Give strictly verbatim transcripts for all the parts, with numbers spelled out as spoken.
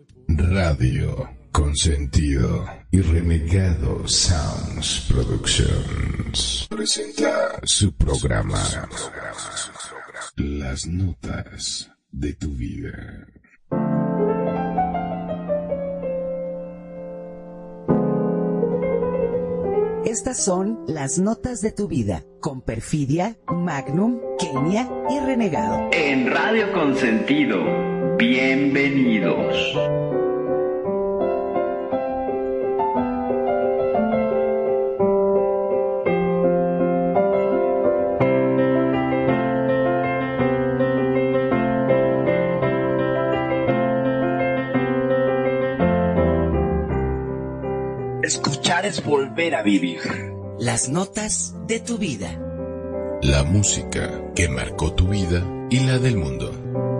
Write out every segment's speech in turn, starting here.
Radio Consentido y Renegado Sounds Productions presenta su programa Las Notas de tu Vida. Estas son las notas de tu vida, con Perfidia, Magnum, Kenia y Renegado. En Radio Consentido, bienvenidos. Escuchar es volver a vivir. Las notas de tu vida. La música que marcó tu vida y la del mundo.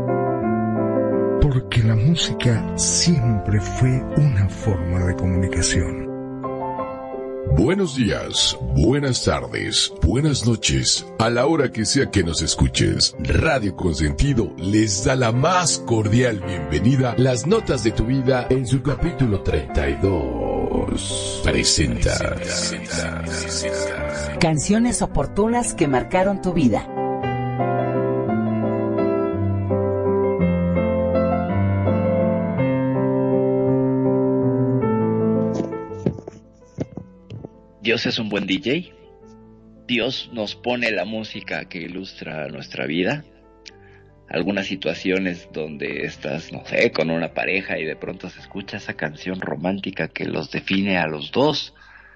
Porque la música siempre fue una forma de comunicación. Buenos días, buenas tardes, buenas noches, a la hora que sea que nos escuches. Radio Consentido les da la más cordial bienvenida. Las notas de tu vida en su capítulo treinta y dos. Presenta. Canciones oportunas que marcaron tu vida. Dios es un buen D J. Dios nos pone la música que ilustra nuestra vida. Algunas situaciones donde estás, no sé, con una pareja y de pronto se escucha esa canción romántica que los define a los dos.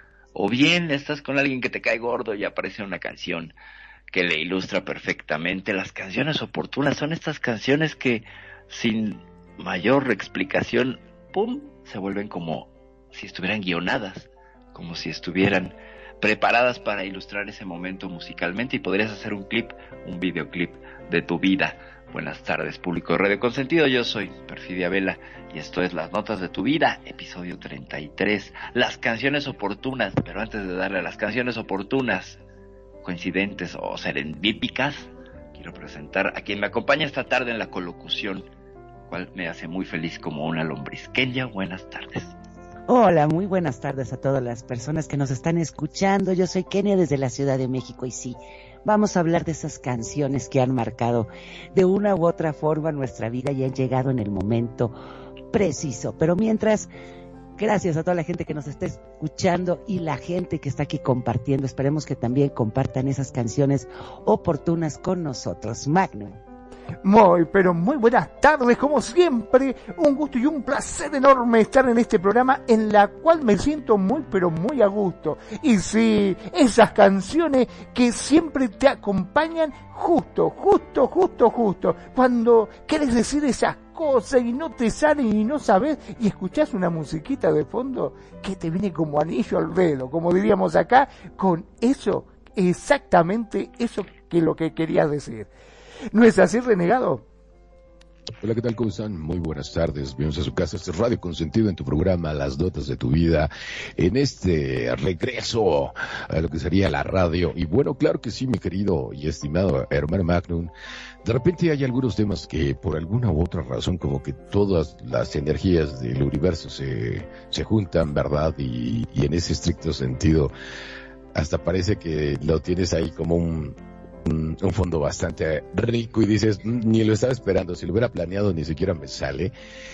O bien estás con alguien que te cae gordo y aparece una canción que le ilustra perfectamente. Las canciones oportunas son estas canciones que sin mayor explicación, ¡pum!, se vuelven como si estuvieran guionadas, como si estuvieran preparadas para ilustrar ese momento musicalmente, y podrías hacer un clip, un videoclip de tu vida. Buenas tardes, público de Radio Consentido, yo soy Perfidia Vela y esto es Las Notas de tu Vida, episodio treinta y tres, las canciones oportunas. Pero antes de darle a las canciones oportunas, coincidentes o serendípicas, quiero presentar a quien me acompaña esta tarde en la colocución, cual me hace muy feliz como una lombriz. Kenia, buenas tardes. Hola, muy buenas tardes a todas las personas que nos están escuchando. Yo soy Kenia desde la Ciudad de México y sí, vamos a hablar de esas canciones que han marcado de una u otra forma nuestra vida y han llegado en el momento preciso. Pero mientras, gracias a toda la gente que nos está escuchando y la gente que está aquí compartiendo. Esperemos que también compartan esas canciones oportunas con nosotros. Magnum. Muy, pero muy buenas tardes, como siempre, un gusto y un placer enorme estar en este programa en la cual me siento muy, pero muy a gusto. Y sí, esas canciones que siempre te acompañan justo, justo, justo, justo, cuando quieres decir esas cosas y no te salen y no sabes, y escuchás una musiquita de fondo que te viene como anillo al dedo, como diríamos acá, con eso, exactamente eso que es lo que querías decir. ¿No es así, Renegado? Hola, ¿qué tal? ¿Cómo están? Muy buenas tardes. Bienvenidos a su casa. Este es Radio Consentido en tu programa Las Notas de tu Vida. En este regreso a lo que sería la radio. Y bueno, claro que sí, mi querido y estimado hermano Magnum. De repente hay algunos temas que por alguna u otra razón como que todas las energías del universo se, se juntan, ¿verdad? Y, y en ese estricto sentido hasta parece que lo tienes ahí como un... Un, un fondo bastante rico y dices, ni lo estaba esperando, si lo hubiera planeado ni siquiera me sale.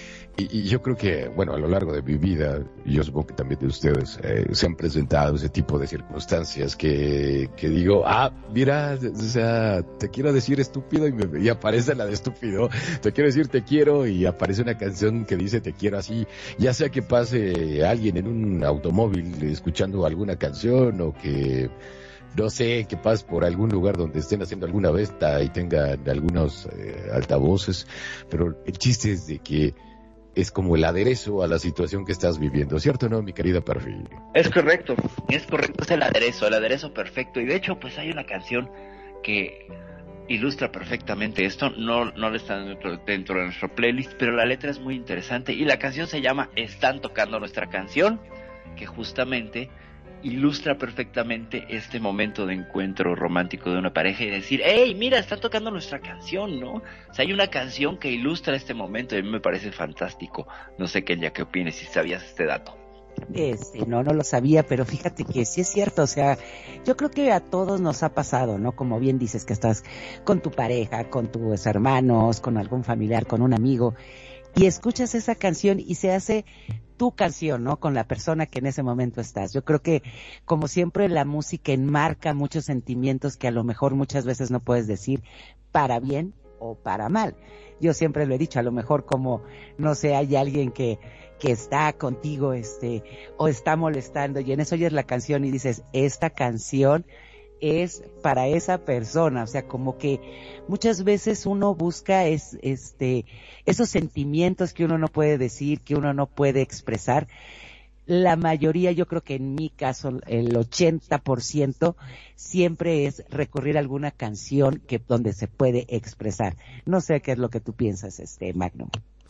Y, y yo creo que, bueno, a lo largo de mi vida, y yo supongo que también de ustedes, eh, se han presentado ese tipo de circunstancias que, que digo, ah, mira, o sea, te quiero decir estúpido y, me, y aparece la de estúpido, te quiero decir te quiero y aparece una canción que dice te quiero así, ya sea que pase alguien en un automóvil escuchando alguna canción o que... no sé, que pases por algún lugar donde estén haciendo alguna venta y tengan algunos eh, altavoces, pero el chiste es de que es como el aderezo a la situación que estás viviendo, ¿cierto o no, mi querida Perfil? Es correcto, es correcto, es el aderezo, el aderezo perfecto. Y de hecho, pues hay una canción que ilustra perfectamente esto, no, no está dentro, dentro de nuestro playlist, pero la letra es muy interesante y la canción se llama Están tocando nuestra canción, que justamente ilustra perfectamente este momento de encuentro romántico de una pareja y decir, hey, mira, están tocando nuestra canción, ¿no? O sea, hay una canción que ilustra este momento y a mí me parece fantástico. No sé, Kenia, ¿qué opinas? Si sabías este dato. Este, no, no lo sabía, pero fíjate que sí es cierto, o sea, yo creo que a todos nos ha pasado, ¿no? Como bien dices, que estás con tu pareja, con tus hermanos, con algún familiar, con un amigo, y escuchas esa canción y se hace tu canción, ¿no? Con la persona que en ese momento estás. Yo creo que, como siempre, la música enmarca muchos sentimientos que a lo mejor muchas veces no puedes decir para bien o para mal. Yo siempre lo he dicho, a lo mejor como, no sé, hay alguien que, que está contigo, este, o está molestando, y en eso oyes la canción y dices, esta canción es para esa persona, o sea, como que muchas veces uno busca es, este, esos sentimientos que uno no puede decir, que uno no puede expresar. La mayoría, yo creo que en mi caso, el ochenta por ciento siempre es recurrir a alguna canción que, donde se puede expresar. No sé qué es lo que tú piensas, este, Magnum.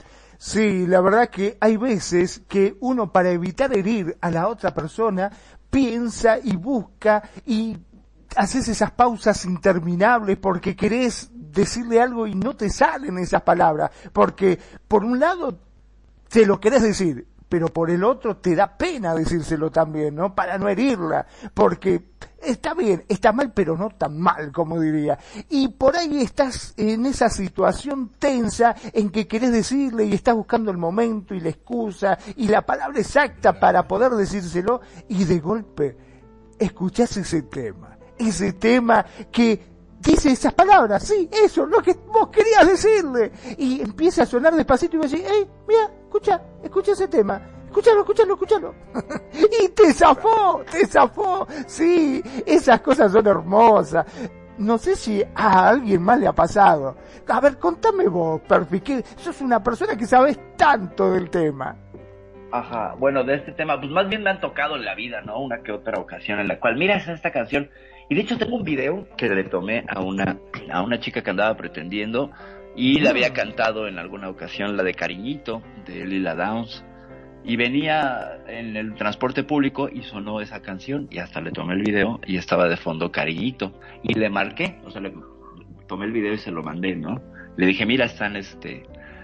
Sí, la verdad que hay veces que uno, para evitar herir a la otra persona, piensa y busca y haces esas pausas interminables porque querés decirle algo y no te salen esas palabras, porque por un lado te lo querés decir, pero por el otro te da pena decírselo también, ¿no? Para no herirla, porque está bien, está mal, pero no tan mal, como diría. Y por ahí estás en esa situación tensa en que querés decirle y estás buscando el momento y la excusa y la palabra exacta para poder decírselo, y de golpe escuchás ese tema, ese tema que dice esas palabras, sí, eso, lo que vos querías decirle, y empieza a sonar despacito y vos decís, hey, mira, escucha, escucha ese tema, escúchalo, escúchalo, escúchalo, y te zafó, te zafó, sí, esas cosas son hermosas. No sé si a alguien más le ha pasado. A ver, contame vos, Perfi, que sos una persona que sabes tanto del tema. Ajá, bueno, de este tema, pues más bien me han tocado en la vida, ¿no? Una que otra ocasión en la cual, mira, es esta canción. Y de hecho tengo un video que le tomé a una a una chica que andaba pretendiendo y le había cantado en alguna ocasión la de Cariñito, de Lila Downs. Y venía en el transporte público y sonó esa canción y hasta le tomé el video y estaba de fondo Cariñito. Y le marqué, o sea, le tomé el video y se lo mandé, ¿no? Le dije, mira, están, este,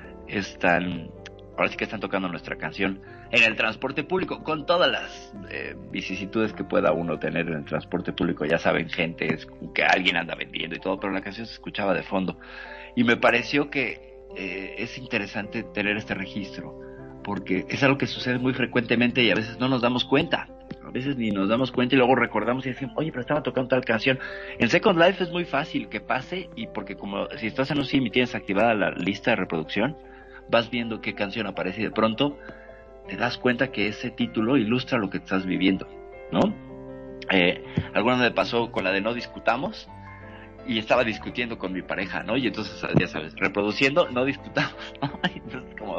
están... ahora sí que están tocando nuestra canción en el transporte público, con todas las eh, vicisitudes que pueda uno tener en el transporte público. Ya saben, gente, es que alguien anda vendiendo y todo, pero la canción se escuchaba de fondo. Y me pareció que eh, es interesante tener este registro, porque es algo que sucede muy frecuentemente y a veces no nos damos cuenta. A veces ni nos damos cuenta y luego recordamos y decimos, oye, pero estaba tocando tal canción. En Second Life es muy fácil que pase, y porque como si estás en un sim y tienes activada la lista de reproducción, vas viendo qué canción aparece y de pronto te das cuenta que ese título ilustra lo que estás viviendo, ¿no? Eh, alguna vez me pasó con la de No Discutamos y estaba discutiendo con mi pareja, ¿no? Y entonces, ya sabes, reproduciendo No Discutamos, ¿no? Y entonces como,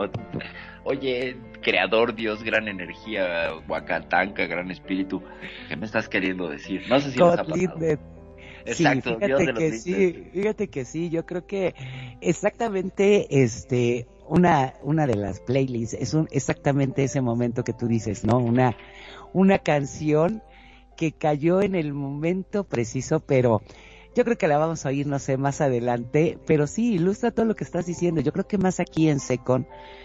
oye, creador, Dios, gran energía, Huacatanca, gran espíritu, ¿qué me estás queriendo decir? No sé si nos ha pasado. Exacto, sí, Dios de los que sí, fíjate que sí, yo creo que exactamente este una una de las playlists es un exactamente ese momento que tú dices, ¿no? Una una canción que cayó en el momento preciso, pero yo creo que la vamos a oír, no sé, más adelante, pero sí ilustra todo lo que estás diciendo. Yo creo que más aquí en Second,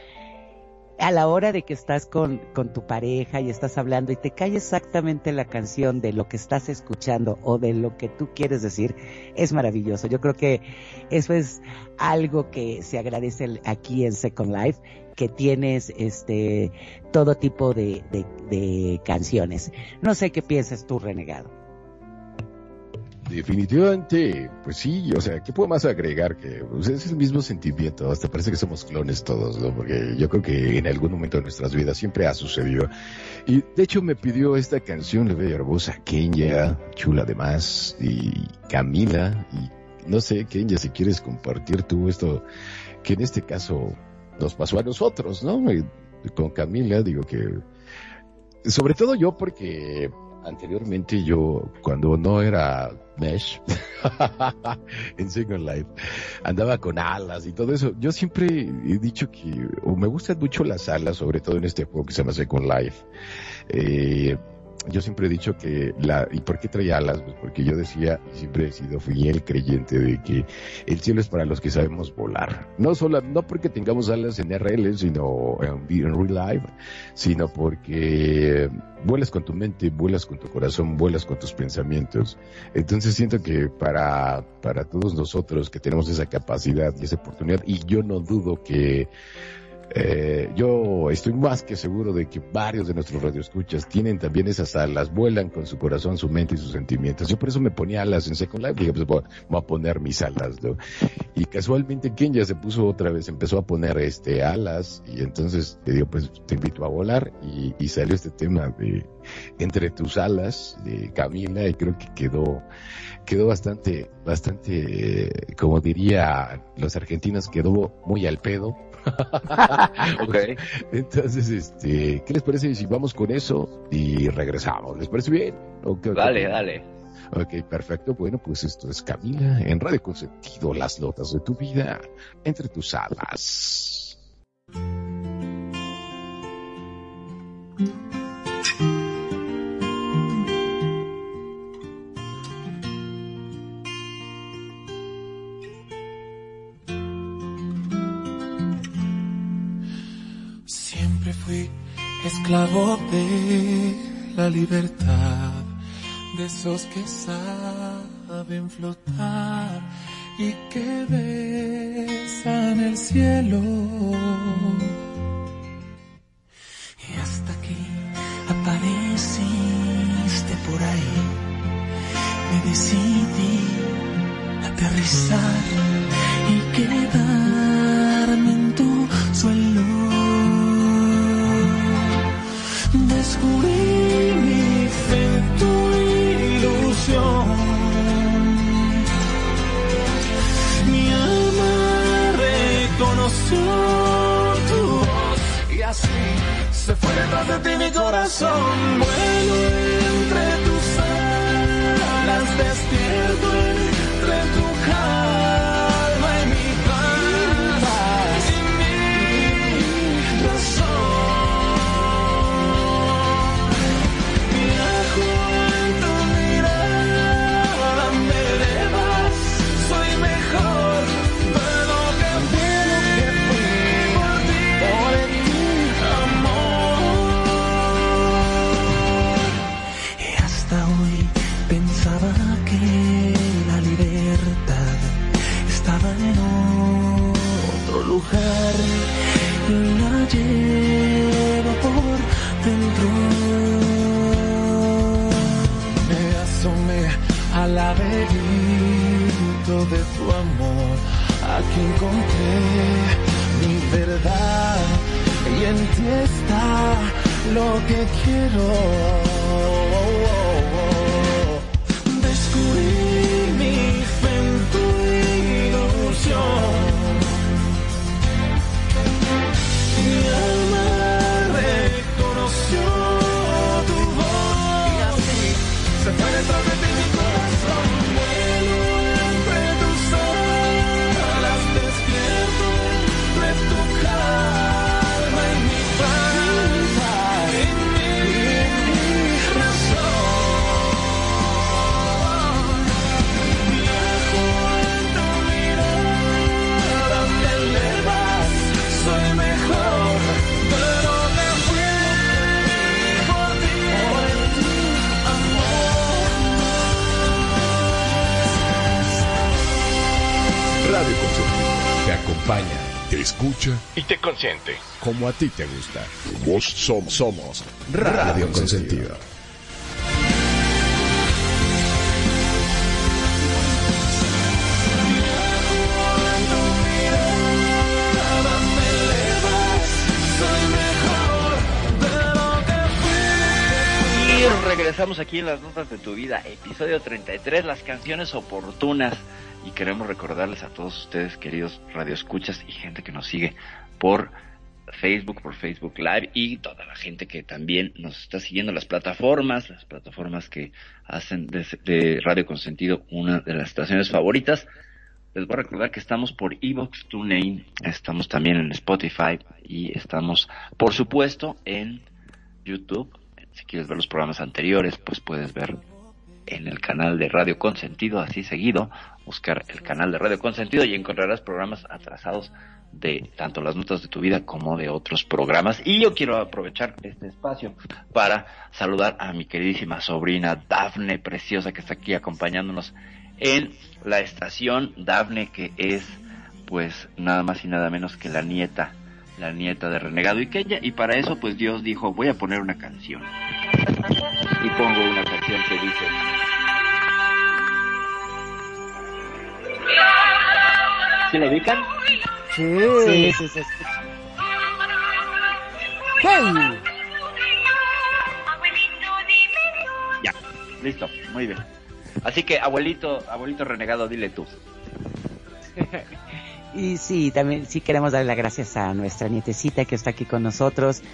a la hora de que estás con, con tu pareja y estás hablando y te cae exactamente la canción de lo que estás escuchando o de lo que tú quieres decir, es maravilloso. Yo creo que eso es algo que se agradece aquí en Second Life, que tienes este todo tipo de, de, de canciones. No sé qué piensas tú, Renegado. Definitivamente, pues sí, o sea, ¿qué puedo más agregar? Que pues, es el mismo sentimiento, hasta parece que somos clones todos, ¿no? Porque yo creo que en algún momento de nuestras vidas siempre ha sucedido. Y de hecho me pidió esta canción, la bella hermosa Kenia, chula además, y Camila, y no sé, Kenia, si quieres compartir tú esto, que en este caso nos pasó a nosotros, ¿no? Y con Camila, digo que, sobre todo yo, porque anteriormente yo, cuando no era Mesh, en Second Life, andaba con alas y todo eso. Yo siempre he dicho que, o me gustan mucho las alas, sobre todo en este juego que se llama Second Life. Eh, yo siempre he dicho que la, ¿y por qué trae alas? Pues porque yo decía, y siempre he sido fiel creyente de que el cielo es para los que sabemos volar. No solo, no porque tengamos alas en R L, sino en, en real life, sino porque vuelas con tu mente, vuelas con tu corazón, vuelas con tus pensamientos. Entonces siento que para, para todos nosotros que tenemos esa capacidad y esa oportunidad, y yo no dudo que Eh, yo estoy más que seguro de que varios de nuestros radioescuchas tienen también esas alas, vuelan con su corazón, su mente y sus sentimientos. Yo por eso me ponía alas en Second Life, dije, pues voy a poner mis alas, ¿no? Y casualmente Kenya se puso otra vez, empezó a poner este alas, y entonces te digo, pues te invito a volar, y, y salió este tema de Entre tus alas, de Camila, y creo que quedó, quedó bastante, bastante, eh, como diría los argentinos, quedó muy al pedo. Okay. Entonces, este, ¿qué les parece si vamos con eso y regresamos? ¿Les parece bien? Okay, dale, okay. dale. Ok, perfecto. Bueno, pues esto es Camila en Radio Consentido, las notas de tu vida entre tus alas. Fui esclavo de la libertad, de esos que saben flotar y que besan el cielo. Y hasta que apareciste por ahí, me decidí aterrizar y quedarme en tu suelo. Descubrí mi fe en tu ilusión. Mi alma reconoció tu voz y así se fue detrás de ti mi corazón. Vuelo entre tus alas, despierto entre tu calma y mi paz y mi razón. Lugar y la llevo por dentro. Me asomé al laberinto de tu amor. Aquí encontré mi verdad y en ti está lo que quiero. Descubrí mi fe en tu ilusión. Mi alma reconoció tu voz y así se fue detrás de ti mi corazón. Vuelo entre tus alas, despierto entre tu calma y mi paz y mi razón. Viajo en tu mirada, me elevas, soy mejor. Radio Consentido te acompaña, te escucha y te consiente como a ti te gusta. Vos somos, somos Radio Consentido. Regresamos aquí en las notas de tu vida, episodio treinta y tres, las canciones oportunas, y queremos recordarles a todos ustedes, queridos radioescuchas y gente que nos sigue por Facebook, por Facebook Live, y toda la gente que también nos está siguiendo en las plataformas, las plataformas que hacen de, de Radio Consentido una de las estaciones favoritas. Les voy a recordar que estamos por iVoox, TuneIn, estamos también en Spotify y estamos, por supuesto, en YouTube, Si quieres ver los programas anteriores, pues puedes ver en el canal de Radio Consentido, así seguido, buscar el canal de Radio Consentido y encontrarás programas atrasados de tanto las notas de tu vida como de otros programas. Y yo quiero aprovechar este espacio para saludar a mi queridísima sobrina Dafne, preciosa, que está aquí acompañándonos en la estación. Dafne, que es pues nada más y nada menos que la nieta, la nieta de Renegado y Kenia, y para eso pues Dios dijo, voy a poner una canción. Y pongo una canción que dice: ¿sí lo ubican? Sí. Sí, sí, sí. ¡Hey! Ya, listo, muy bien. Así que, abuelito, abuelito renegado, dile tú. Y sí, también sí queremos darle las gracias a nuestra nietecita que está aquí con nosotros.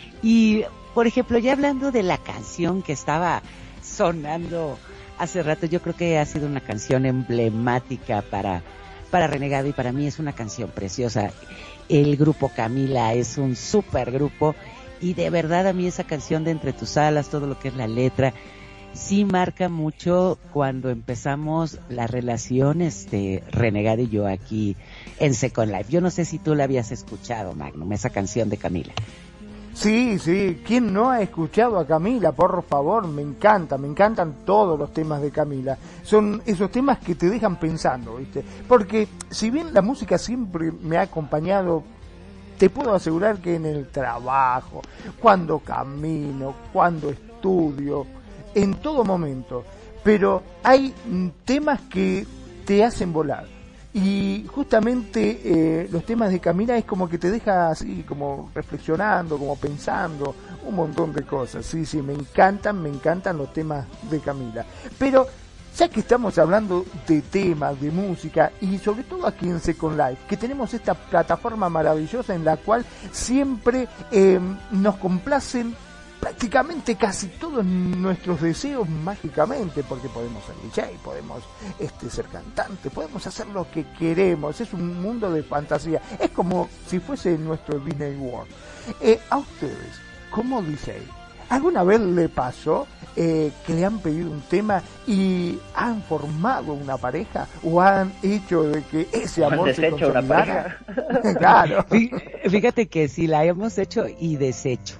Y, por ejemplo, ya hablando de la canción que estaba sonando hace rato, yo creo que ha sido una canción emblemática para, para Renegado, y para mí es una canción preciosa. El grupo Camila es un súper grupo, y de verdad a mí esa canción de Entre tus alas, todo lo que es la letra, sí marca mucho cuando empezamos la relación, este, Renegado y yo aquí en Second Life. Yo no sé si tú la habías escuchado, Magnum, esa canción de Camila. Sí, sí, ¿quién no ha escuchado a Camila? Por favor, me encanta, me encantan todos los temas de Camila. Son esos temas que te dejan pensando, ¿viste? Porque si bien la música siempre me ha acompañado, te puedo asegurar que en el trabajo, cuando camino, cuando estudio, en todo momento, pero hay temas que te hacen volar. Y justamente eh, los temas de Camila es como que te deja así, como reflexionando, como pensando, un montón de cosas. Sí, sí, me encantan, me encantan los temas de Camila. Pero ya que estamos hablando de temas, de música, y sobre todo aquí en Second Life, que tenemos esta plataforma maravillosa en la cual siempre eh, nos complacen prácticamente casi todos nuestros deseos mágicamente, porque podemos ser D J, podemos este, ser cantante, podemos hacer lo que queremos. Es un mundo de fantasía, es como si fuese nuestro Disney World. Eh, a ustedes, como D J, ¿alguna vez le pasó eh, que le han pedido un tema y han formado una pareja, o han hecho de que ese amor se consolidara? Claro. Fíjate que sí, la hemos hecho y deshecho.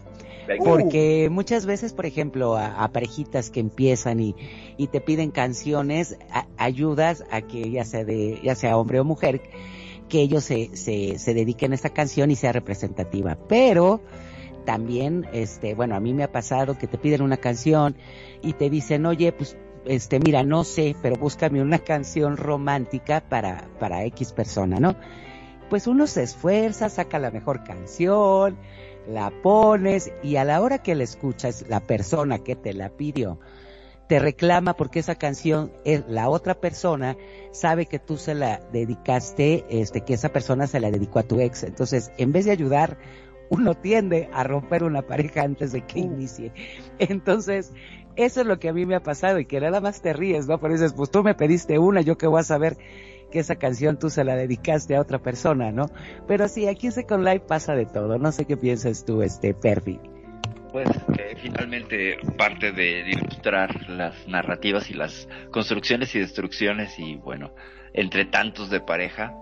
Porque muchas veces, por ejemplo, a, a parejitas que empiezan y, y te piden canciones, a, ayudas a que ya sea de, ya sea hombre o mujer, que ellos se, se, se dediquen a esta canción y sea representativa. Pero también, este, bueno, a mí me ha pasado que te piden una canción y te dicen, oye, pues, este, mira, no sé, pero búscame una canción romántica para, para X persona, ¿no? Pues uno se esfuerza, saca la mejor canción, la pones, y a la hora que la escuchas, la persona que te la pidió te reclama porque esa canción es, la otra persona sabe que tú se la dedicaste, este, que esa persona se la dedicó a tu ex. Entonces, en vez de ayudar, uno tiende a romper una pareja antes de que inicie. Entonces, eso es lo que a mí me ha pasado, y que nada más te ríes, ¿no? Pero dices, pues tú me pediste una, yo que voy a saber que esa canción tú se la dedicaste a otra persona, ¿no? Pero sí, aquí en Second Life pasa de todo. No sé qué piensas tú, este, Perfi. Pues eh, finalmente parte de ilustrar las narrativas y las construcciones y destrucciones, y bueno, entre tantos de pareja,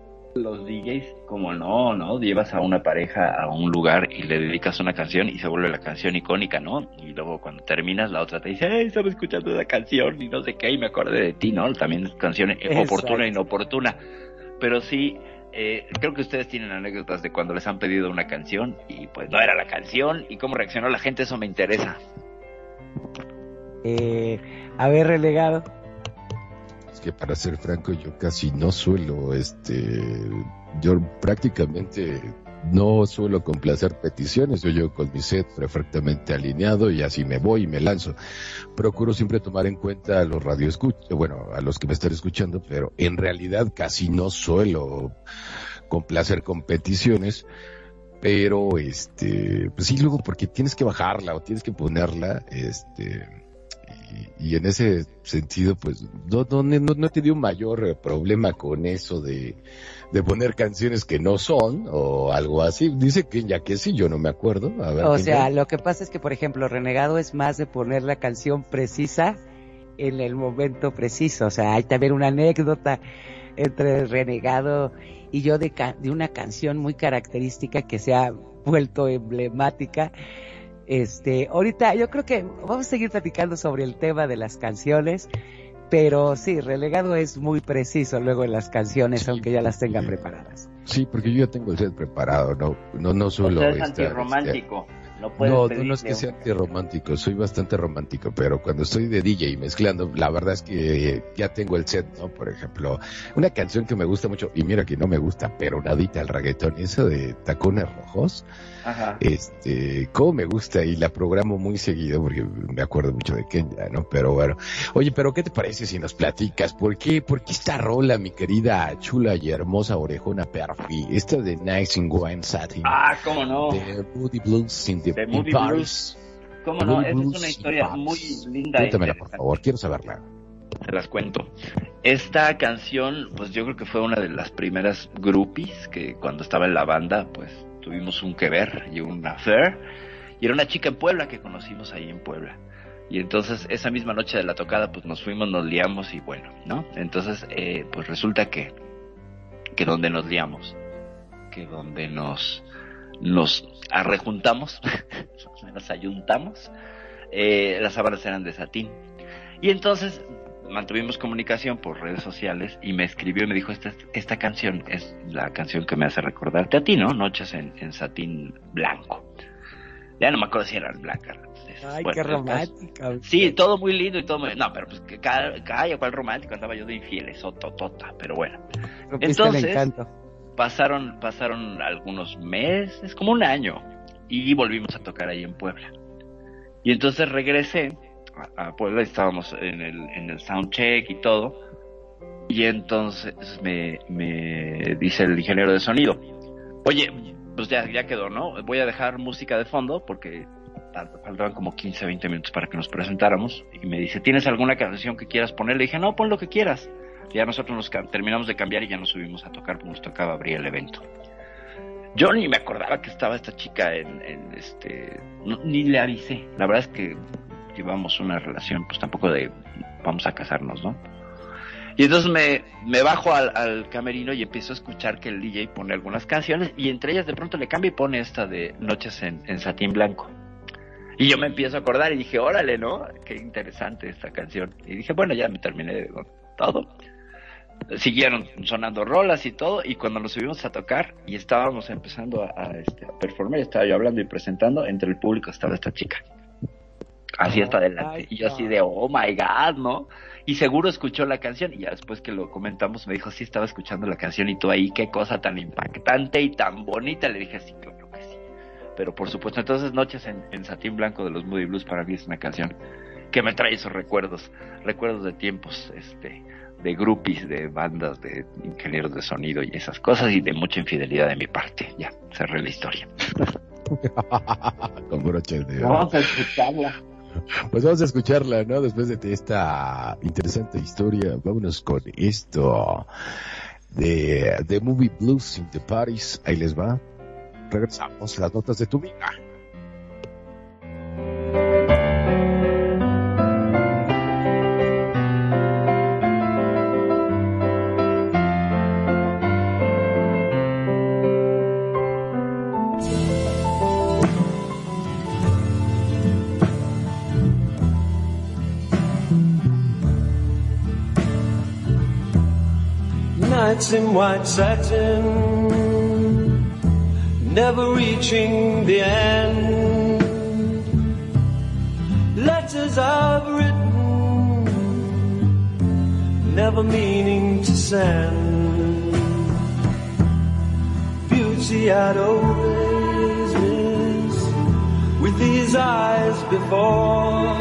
los D Js, como no, ¿no? Llevas a una pareja a un lugar y le dedicas una canción y se vuelve la canción icónica, ¿no? Y luego cuando terminas, la otra te dice, hey, estaba escuchando esa canción y no sé qué, y me acordé de ti, ¿no? También es canción oportuna e inoportuna. Pero sí, eh, creo que ustedes tienen anécdotas de cuando les han pedido una canción y pues no era la canción, y cómo reaccionó la gente, eso me interesa. Eh, a ver, Renegado. Que para ser franco, yo casi no suelo, este, yo prácticamente no suelo complacer peticiones. Yo llego con mi set perfectamente alineado y así me voy y me lanzo. Procuro siempre tomar en cuenta a los radioescuchas, bueno, a los que me están escuchando, pero en realidad casi no suelo complacer con peticiones. Pero, este, pues sí, luego porque tienes que bajarla o tienes que ponerla, este, y, y en ese sentido, pues, no, no, no, no he tenido un mayor eh, problema con eso de, de poner canciones que no son, o algo así. Dice que ya que sí, yo no me acuerdo. A ver, o sea, ya. Lo que pasa es que, por ejemplo, Renegado es más de poner la canción precisa en el momento preciso. O sea, hay también una anécdota entre Renegado y yo de, ca- de una canción muy característica que se ha vuelto emblemática. Este, ahorita yo creo que vamos a seguir platicando sobre el tema de las canciones, pero sí, Renegado es muy preciso luego en las canciones, sí, aunque ya las tenga preparadas. Sí, porque yo ya tengo el set preparado, no, no, no solo. O sea, es esta, antirromántico. Este, no, puedes no, pedirle no es que sea un... antirromántico, soy bastante romántico, pero cuando estoy de D J y mezclando, la verdad es que ya tengo el set, ¿no? Por ejemplo, una canción que me gusta mucho, y mira que no me gusta, pero nadita el reggaetón, eso de Tacones Rojos. Ajá. Este, cómo me gusta, y la programo muy seguido porque me acuerdo mucho de Kenya, ¿no? Pero bueno, oye, pero ¿qué te parece si nos platicas? ¿Por qué, por qué esta rola, mi querida chula y hermosa orejona Perfi? Esta de Nice and Wine Satin. Ah, cómo no. De Moody Blues in, the, de in Moody Paris. Blues. Cómo no, esa es una historia muy linda. Cuéntamela, por favor, quiero saberla. Te las cuento. Esta canción, pues yo creo que fue una de las primeras groupies que cuando estaba en la banda, pues tuvimos un que ver y un affair, y era una chica en Puebla que conocimos ahí en Puebla, y entonces esa misma noche de la tocada pues nos fuimos, nos liamos y bueno, ¿no? Entonces eh, pues resulta que que donde nos liamos, que donde nos nos arrejuntamos, nos ayuntamos, eh, las sábanas eran de satín, y entonces mantuvimos comunicación por redes sociales y me escribió y me dijo, esta, esta canción es la canción que me hace recordarte a ti, ¿no? Noches en, en satín blanco. Ya no me acuerdo si eran blancas. Ay, bueno, qué romántica. Sí, todo muy lindo y todo muy... No, pero pues que cada, cada cual romántico, andaba yo de infieles, ototota, pero bueno. Entonces, pasaron, pasaron algunos meses, como un año, y volvimos a tocar ahí en Puebla. Y entonces regresé a Puebla, estábamos en el en el soundcheck y todo, y entonces me, me dice el ingeniero de sonido, oye, pues ya, ya quedó, ¿no? Voy a dejar música de fondo porque faltaban como quince, veinte minutos para que nos presentáramos, y me dice, ¿tienes alguna canción que quieras poner? Le dije, no, pon lo que quieras. Y ya nosotros nos ca- terminamos de cambiar y ya nos subimos a tocar, porque nos tocaba abrir el evento. Yo ni me acordaba que estaba esta chica en, en este, no, ni le avisé. La verdad es que llevamos una relación, pues tampoco de vamos a casarnos, ¿no? Y entonces me, me bajo al, al camerino y empiezo a escuchar que el D J pone algunas canciones, y entre ellas de pronto le cambia y pone esta de Noches en, en Satín Blanco. Y yo me empiezo a acordar y dije, órale, ¿no? Qué interesante esta canción. Y dije, bueno, ya me terminé de todo. Siguieron sonando rolas y todo, y cuando nos subimos a tocar y estábamos empezando a, a, este, a performar, estaba yo hablando y presentando, entre el público estaba esta chica. Así hasta adelante. Ay, y yo así de, oh my God, ¿no? Y seguro escuchó la canción, y ya después que lo comentamos me dijo, sí, estaba escuchando la canción, y tú ahí, qué cosa tan impactante y tan bonita. Le dije, sí, claro que sí. Pero por supuesto, entonces Noches en, en Satín Blanco de los Moody Blues para mí es una canción que me trae esos recuerdos, recuerdos de tiempos, este, de groupies, de bandas, de ingenieros de sonido y esas cosas, y de mucha infidelidad de mi parte. Ya, cerré la historia. Con broches de oro. Vamos a escucharla. Pues vamos a escucharla, ¿no? Después de esta interesante historia, vámonos con esto de The Movie Blues in the Paris. Ahí les va. Regresamos a las notas de tu vida. Nights in white satin, never reaching the end. Letters I've written, never meaning to send. Beauty I'd always miss with these eyes before.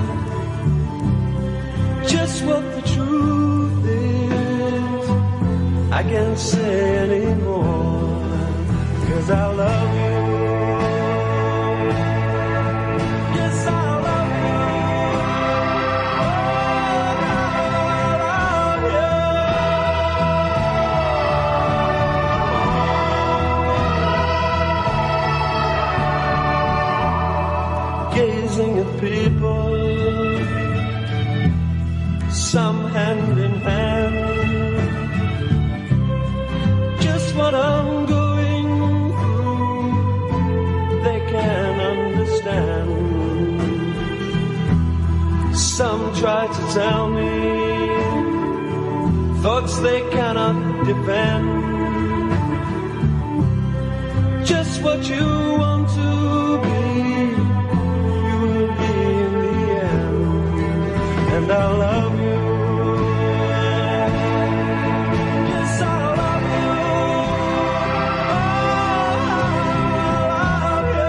Just what the truth is, I can't say anymore, 'cause I love you. Yes, I love you. gazing at people, some hand in hand. Just what I'm going through, they can understand. Some try to tell me thoughts they cannot defend. Just what you want to be, you will be in the end. And I love you. Yes, I love you. Oh, I love you.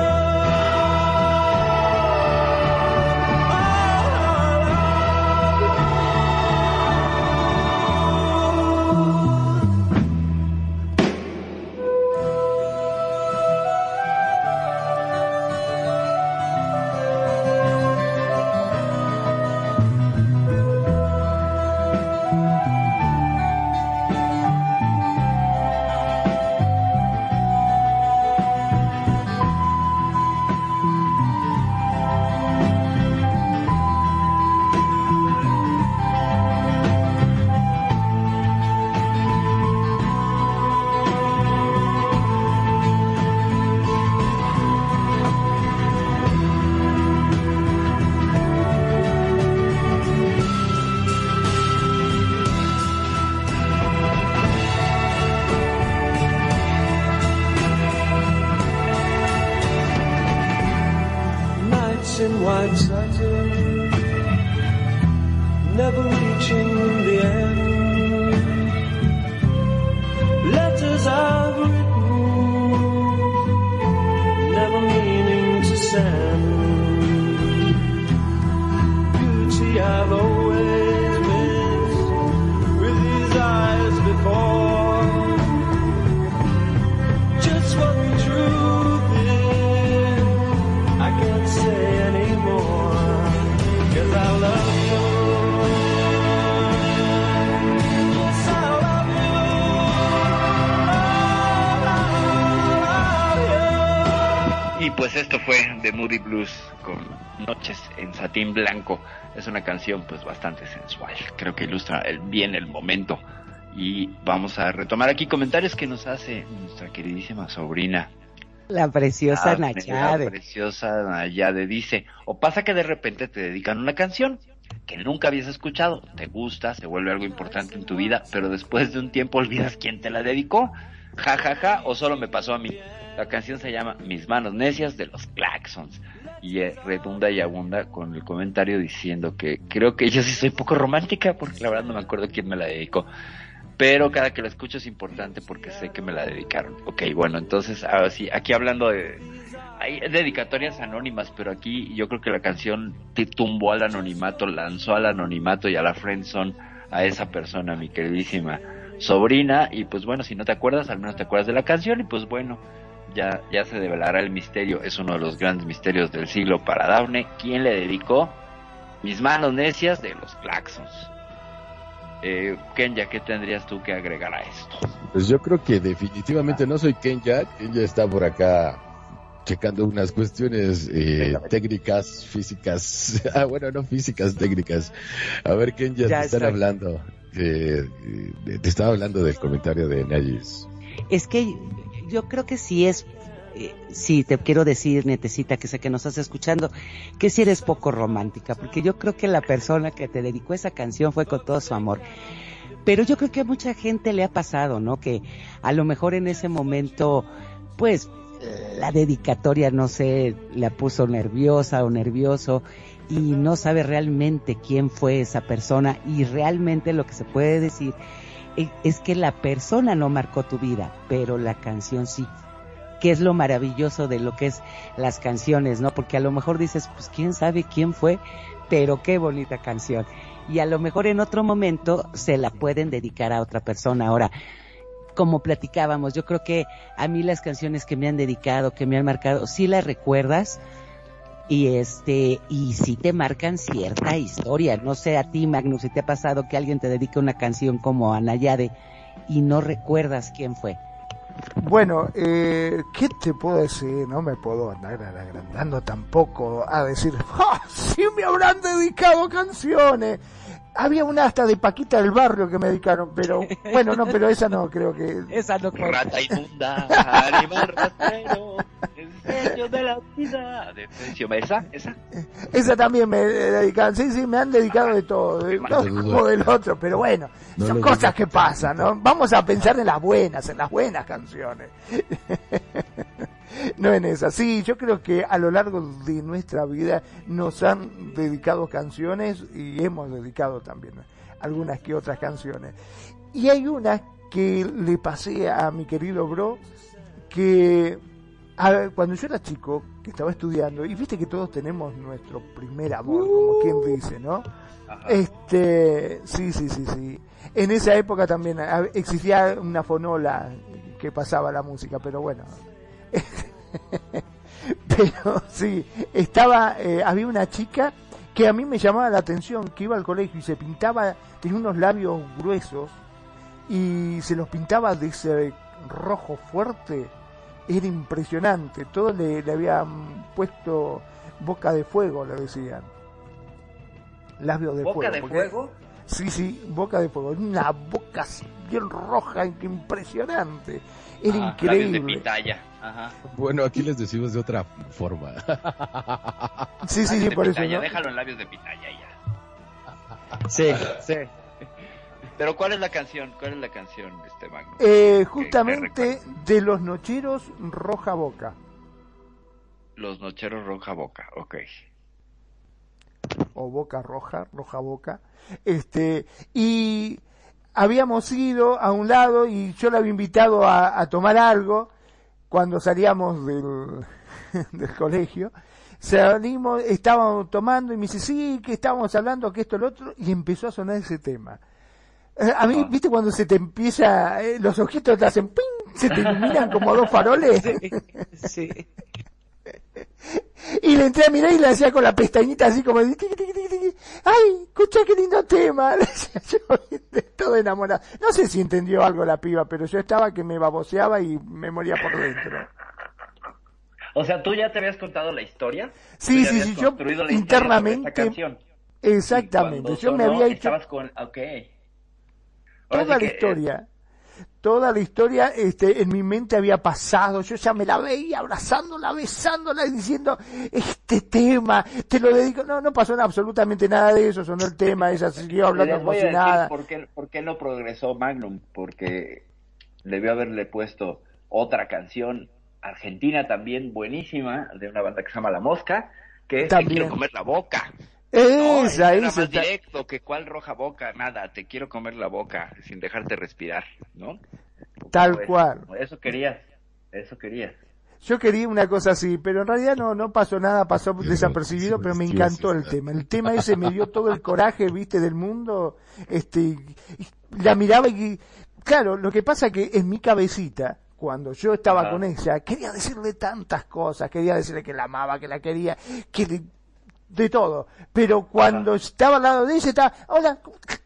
In white satin, never reaching the end. Letters I've written, never meaning to send. Beauty I've always missed with these eyes before. Just what the truth is, I can't say anymore, 'cause I love you. Yes, I love you. Oh, I love you. Y pues esto fue The Moody Blues con Noches en Satín Blanco. Es una canción pues bastante sensual, creo que ilustra el, bien el momento. Y vamos a retomar aquí comentarios que nos hace nuestra queridísima sobrina, la preciosa Ah, Nayade. La preciosa Nayade dice: o pasa que de repente te dedican una canción que nunca habías escuchado, te gusta, se vuelve algo importante en tu vida, pero después de un tiempo olvidas quién te la dedicó, ja ja ja, o solo me pasó a mí. La canción se llama Mis manos necias de los Claxons, y eh, redunda y abunda con el comentario diciendo que creo que yo sí soy poco romántica, porque la verdad no me acuerdo quién me la dedicó, pero cada que la escucho es importante porque sé que me la dedicaron. Ok, bueno, entonces, ahora sí, aquí hablando de... Hay dedicatorias anónimas, pero aquí yo creo que la canción te tumbó al anonimato, lanzó al anonimato y a la friendzone a esa persona, mi queridísima sobrina, y pues bueno, si no te acuerdas, al menos te acuerdas de la canción, y pues bueno, ya, ya se develará el misterio. Es uno de los grandes misterios del siglo para Dafne. ¿Quién le dedicó Mis manos necias de los Claxons? Eh, Kenya, ¿qué tendrías tú que agregar a esto? Pues yo creo que definitivamente no soy Kenya. Kenya está por acá checando unas cuestiones eh, técnicas, físicas. Ah, bueno, no físicas, técnicas. A ver, Kenya, Ya te están estoy. hablando. Eh, eh, te estaba hablando del comentario de Nayis. Es que yo creo que sí es, eh, sí, te quiero decir, Netecita, que sé que nos estás escuchando, que sí eres poco romántica, porque yo creo que la persona que te dedicó esa canción fue con todo su amor. Pero yo creo que a mucha gente le ha pasado, ¿no? Que a lo mejor en ese momento, pues, la dedicatoria, no sé, la puso nerviosa o nervioso y no sabe realmente quién fue esa persona, y realmente lo que se puede decir es que la persona no marcó tu vida, pero la canción sí, que es lo maravilloso de lo que es las canciones, ¿no? Porque a lo mejor dices, pues quién sabe quién fue, pero qué bonita canción, y a lo mejor en otro momento se la pueden dedicar a otra persona. Ahora, como platicábamos, yo creo que a mí las canciones que me han dedicado, que me han marcado, sí las recuerdas, y este, y sí te marcan cierta historia. No sé a ti, Magnus, si te ha pasado que alguien te dedique una canción como a Nayade y no recuerdas quién fue. Bueno, eh, ¿qué te puedo decir? No me puedo andar agrandando tampoco a decir, ¡ah, sí me habrán dedicado canciones! Había una hasta de Paquita del Barrio que me dedicaron, pero bueno, no, pero esa no, creo que... Esa no cuenta. Rata inmunda, animal rastrero, enseño de la vida, de precio. ¿Esa? ¿Esa? Esa también me dedicaron, sí, sí, me han dedicado de todo, de, no como del otro, pero bueno, no son lo cosas dudo. que pasan, ¿no? Vamos a pensar en las buenas, en las buenas canciones. No en esa. Sí, yo creo que a lo largo de nuestra vida nos han dedicado canciones y hemos dedicado también algunas que otras canciones. Y hay una que le pasé a mi querido bro, que a, cuando yo era chico, que estaba estudiando, y viste que todos tenemos nuestro primer amor, como quien dice, ¿no? Ajá. Este, sí, sí, sí, sí. En esa época también existía una fonola que pasaba la música, pero bueno. Pero sí, estaba, eh, había una chica que a mí me llamaba la atención, que iba al colegio y se pintaba, tenía unos labios gruesos y se los pintaba de ese rojo fuerte, era impresionante, todos le, le habían puesto boca de fuego, le decían, labios de ¿Boca fuego. de porque- fuego? Sí, sí, boca de fuego, una boca así bien roja, impresionante, era Ah, increíble. labios de pitaya. Ajá. Bueno, aquí les decimos de otra forma. Sí, sí, Labios sí, de por eso, pitaya, ¿no? déjalo en labios de pitaya ya. Sí, sí. Pero ¿cuál es la canción? ¿Cuál es la canción, este Magno? Eh, Que- justamente que de los Nocheros Roja Boca, Los Nocheros Roja Boca, ok. o Boca Roja, Roja Boca, este, y habíamos ido a un lado y yo le había invitado a, a tomar algo cuando salíamos del, del colegio. Salimos, estábamos tomando y me dice, sí, que estábamos hablando, que esto, lo otro, y empezó a sonar ese tema. Eh, A mí, Ah. viste, cuando se te empieza, eh, los ojitos te hacen ¡ping! Se te iluminan como dos faroles. Sí. Y le entré a mirar y le hacía con la pestañita así como de, tiqui, tiqui, tiqui, tiqui. ¡Ay, escucha qué lindo tema! Le decía yo, de todo enamorado. No sé si entendió algo la piba, pero yo estaba que me baboseaba y me moría por dentro. O sea, ¿tú ya te habías contado la historia? Sí, ¿Tú ya sí, habías sí, yo construido la historia sobre internamente, esta canción? exactamente, Y cuando yo me sonó, había hecho estabas con... Ok. Ahora toda sí la que, historia. Toda la historia este, en mi mente había pasado, yo ya me la veía abrazándola, besándola y diciendo, este tema, te lo dedico. No, no pasó absolutamente nada de eso, sonó el tema, ella siguió eh, hablando les como voy a si decir nada. por qué, por qué no progresó Magnum. Porque debió haberle puesto otra canción argentina también buenísima, de una banda que se llama La Mosca, que es Te También. quiero comer la boca. No, Esa, era esa. más está- directo que cuál roja boca, nada, te quiero comer la boca sin dejarte respirar, ¿no? Tal Pues, cual. Eso querías, eso querías. Yo quería una cosa así, pero en realidad no, no pasó nada, pasó Pero desapercibido, se pero me vistió encantó así, el ¿no? tema. El tema ese me dio todo el coraje, viste, del mundo, este, y la miraba y, claro, lo que pasa que en mi cabecita, cuando yo estaba Ajá. con ella, quería decirle tantas cosas, quería decirle que la amaba, que la quería, que le- de todo, pero cuando Ajá. estaba al lado de ella, estaba, hola,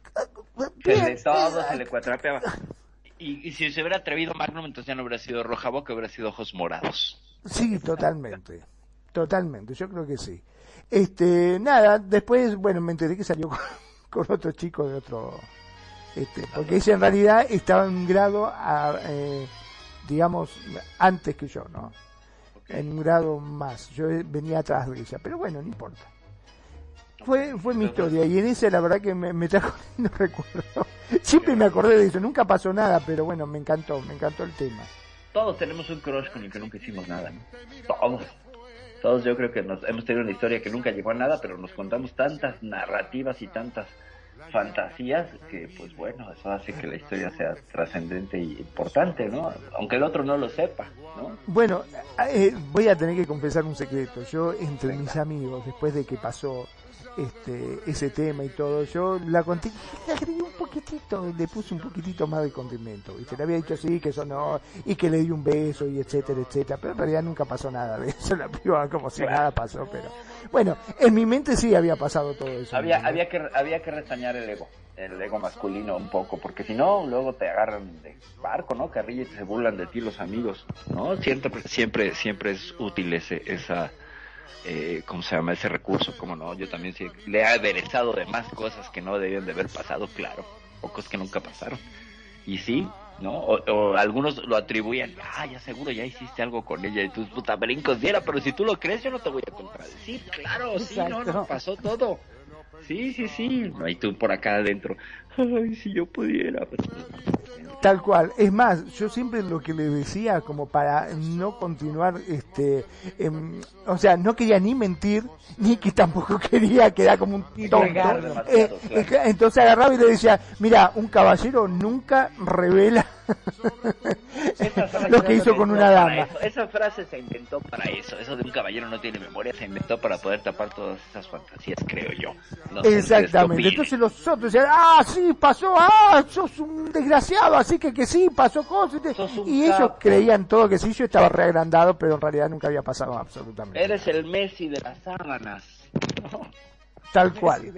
Se bien, le todo, eh, se le cuatrapeaba. Y, y si se hubiera atrevido Magnum, entonces ya no hubiera sido roja boca, hubiera sido ojos morados. Sí, totalmente, totalmente, yo creo que sí. Este, nada, después, bueno, me enteré que salió con, con otro chico de otro, este, porque ella en realidad estaba en un grado, a, eh, digamos, antes que yo, ¿no? En un grado más, yo venía atrás de ella, pero bueno, no importa. Fue, fue mi historia, y en esa la verdad que me, me trajo no recuerdo. Siempre me acordé de eso, nunca pasó nada, pero bueno, me encantó, me encantó el tema. Todos tenemos un crush con el que nunca hicimos nada, ¿no? Todos. Todos yo creo que nos hemos tenido una historia que nunca llegó a nada, pero nos contamos tantas narrativas y tantas fantasías que, pues bueno, eso hace que la historia sea trascendente y importante, ¿no? Aunque el otro no lo sepa, ¿no? Bueno, eh, voy a tener que confesar un secreto. Yo, entre Venga. mis amigos, después de que pasó este ese tema y todo, yo la conté, le agregué un poquitito, le puse un poquitito más de condimento, ¿viste? Le había dicho sí, que eso no, y que le di un beso y etcétera, etcétera, pero en realidad nunca pasó nada de eso, la piba como si nada pasó, pero bueno, en mi mente sí había pasado todo eso. Había, había que, había que restañar el ego, el ego masculino un poco, porque si no, luego te agarran de barco, ¿no? Carrilla y se burlan de ti los amigos, ¿no? Siempre, siempre, siempre es útil ese, esa, eh, ¿cómo se llama? Ese recurso, como no, yo también sí, le he aderezado de más cosas que no debían de haber pasado, claro, o cosas que nunca pasaron, y sí, ¿no? O, o algunos lo atribuían, ah, ya seguro ya hiciste algo con ella, y tus puta brincos diera, pero si tú lo crees, yo no te voy a contradecir, claro, sí, no, no, pasó todo. Sí, sí, sí. Y tú por acá adentro. Ay, si yo pudiera. Tal cual. Es más, yo siempre lo que le decía, como para no continuar, este, eh, o sea, no quería ni mentir, ni que tampoco quería quedar como un tonto. Eh, claro. Entonces agarraba y le decía, mira, un caballero nunca revela lo que hizo con una dama. Eso. Esa frase se inventó para eso. Eso de un caballero no tiene memoria se inventó para poder tapar todas esas fantasías, creo yo. No sé, exactamente. Entonces los otros decían, ah, sí, pasó, ah, sos un desgraciado, así que que sí, pasó cosas. Y ellos capo. Creían todo que sí, yo estaba reagrandado, pero en realidad nunca había pasado absolutamente. Eres el Messi de las sábanas. Tal cual.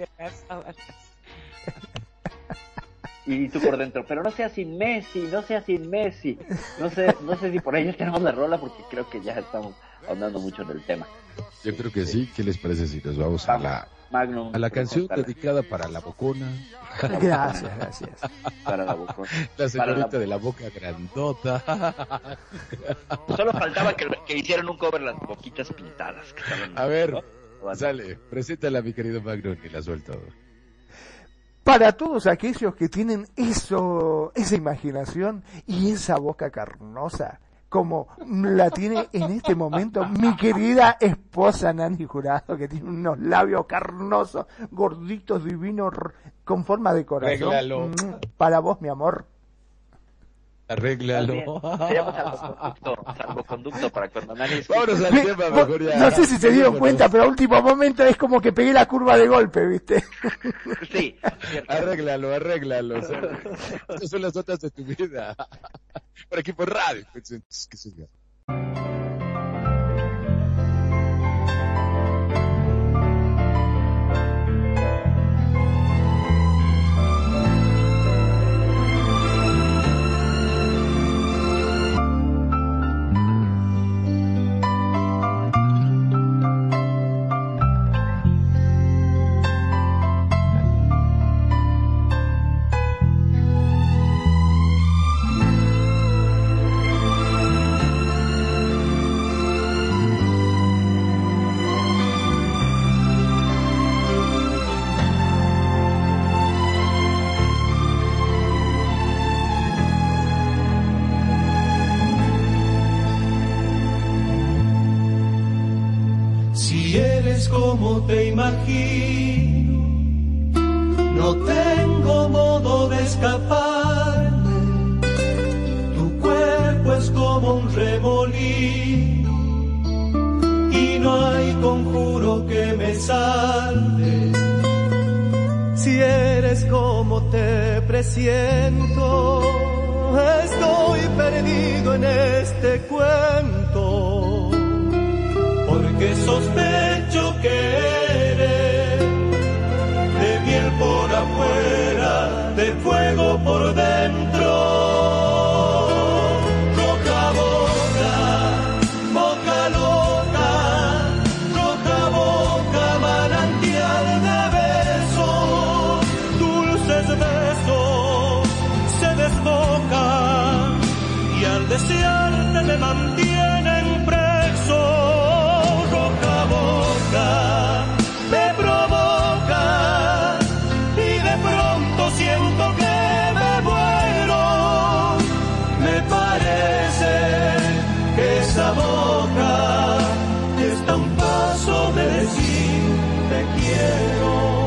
Y tú por dentro, pero no sea sin Messi, no sea sin Messi. No sé, no sé si por ahí ya tenemos la rola, porque creo que ya estamos ahondando mucho en el tema. Yo creo que sí. ¿Qué les parece si nos vamos a la Magnum, a la canción dedicada para la bocona? Gracias, gracias. Para la bocona. La señorita la... de la boca grandota. Solo faltaba que, que hicieran un cover las boquitas pintadas. Que estaban, a ver, ¿no? Bueno. Sale, preséntala, mi querido Magnum, y la suelto. Para todos aquellos que tienen eso, esa imaginación y esa boca carnosa, como la tiene en este momento mi querida esposa Nani Jurado, que tiene unos labios carnosos, gorditos, divinos, con forma de corazón. Arréglalo. Para vos, mi amor. Arréglalo. Se llama salvoconducto, salvoconducto para cuando Nani... Vámonos al tema, mejor ya. No sé si se dieron cuenta, pero a último momento es como que pegué la curva de golpe, ¿viste? Sí. Arréglalo, arréglalo. Estas son las notas de tu vida. Por aquí por radio. Que se vea. Como te imagino, no tengo modo de escaparme. Tu cuerpo es como un remolino y no hay conjuro que me salve. Si eres como te presiento, estoy perdido en este cuento, porque sospecho que eres de miel por afuera, de fuego por dentro. Roja boca, boca loca, roja boca, manantial de besos, dulces besos, se desbocan y al desearte me mantienen preso. Me provoca y de pronto siento que me muero. Me parece que esa boca está a un paso de decir te quiero.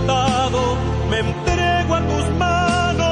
agotado, me entrego a tus manos.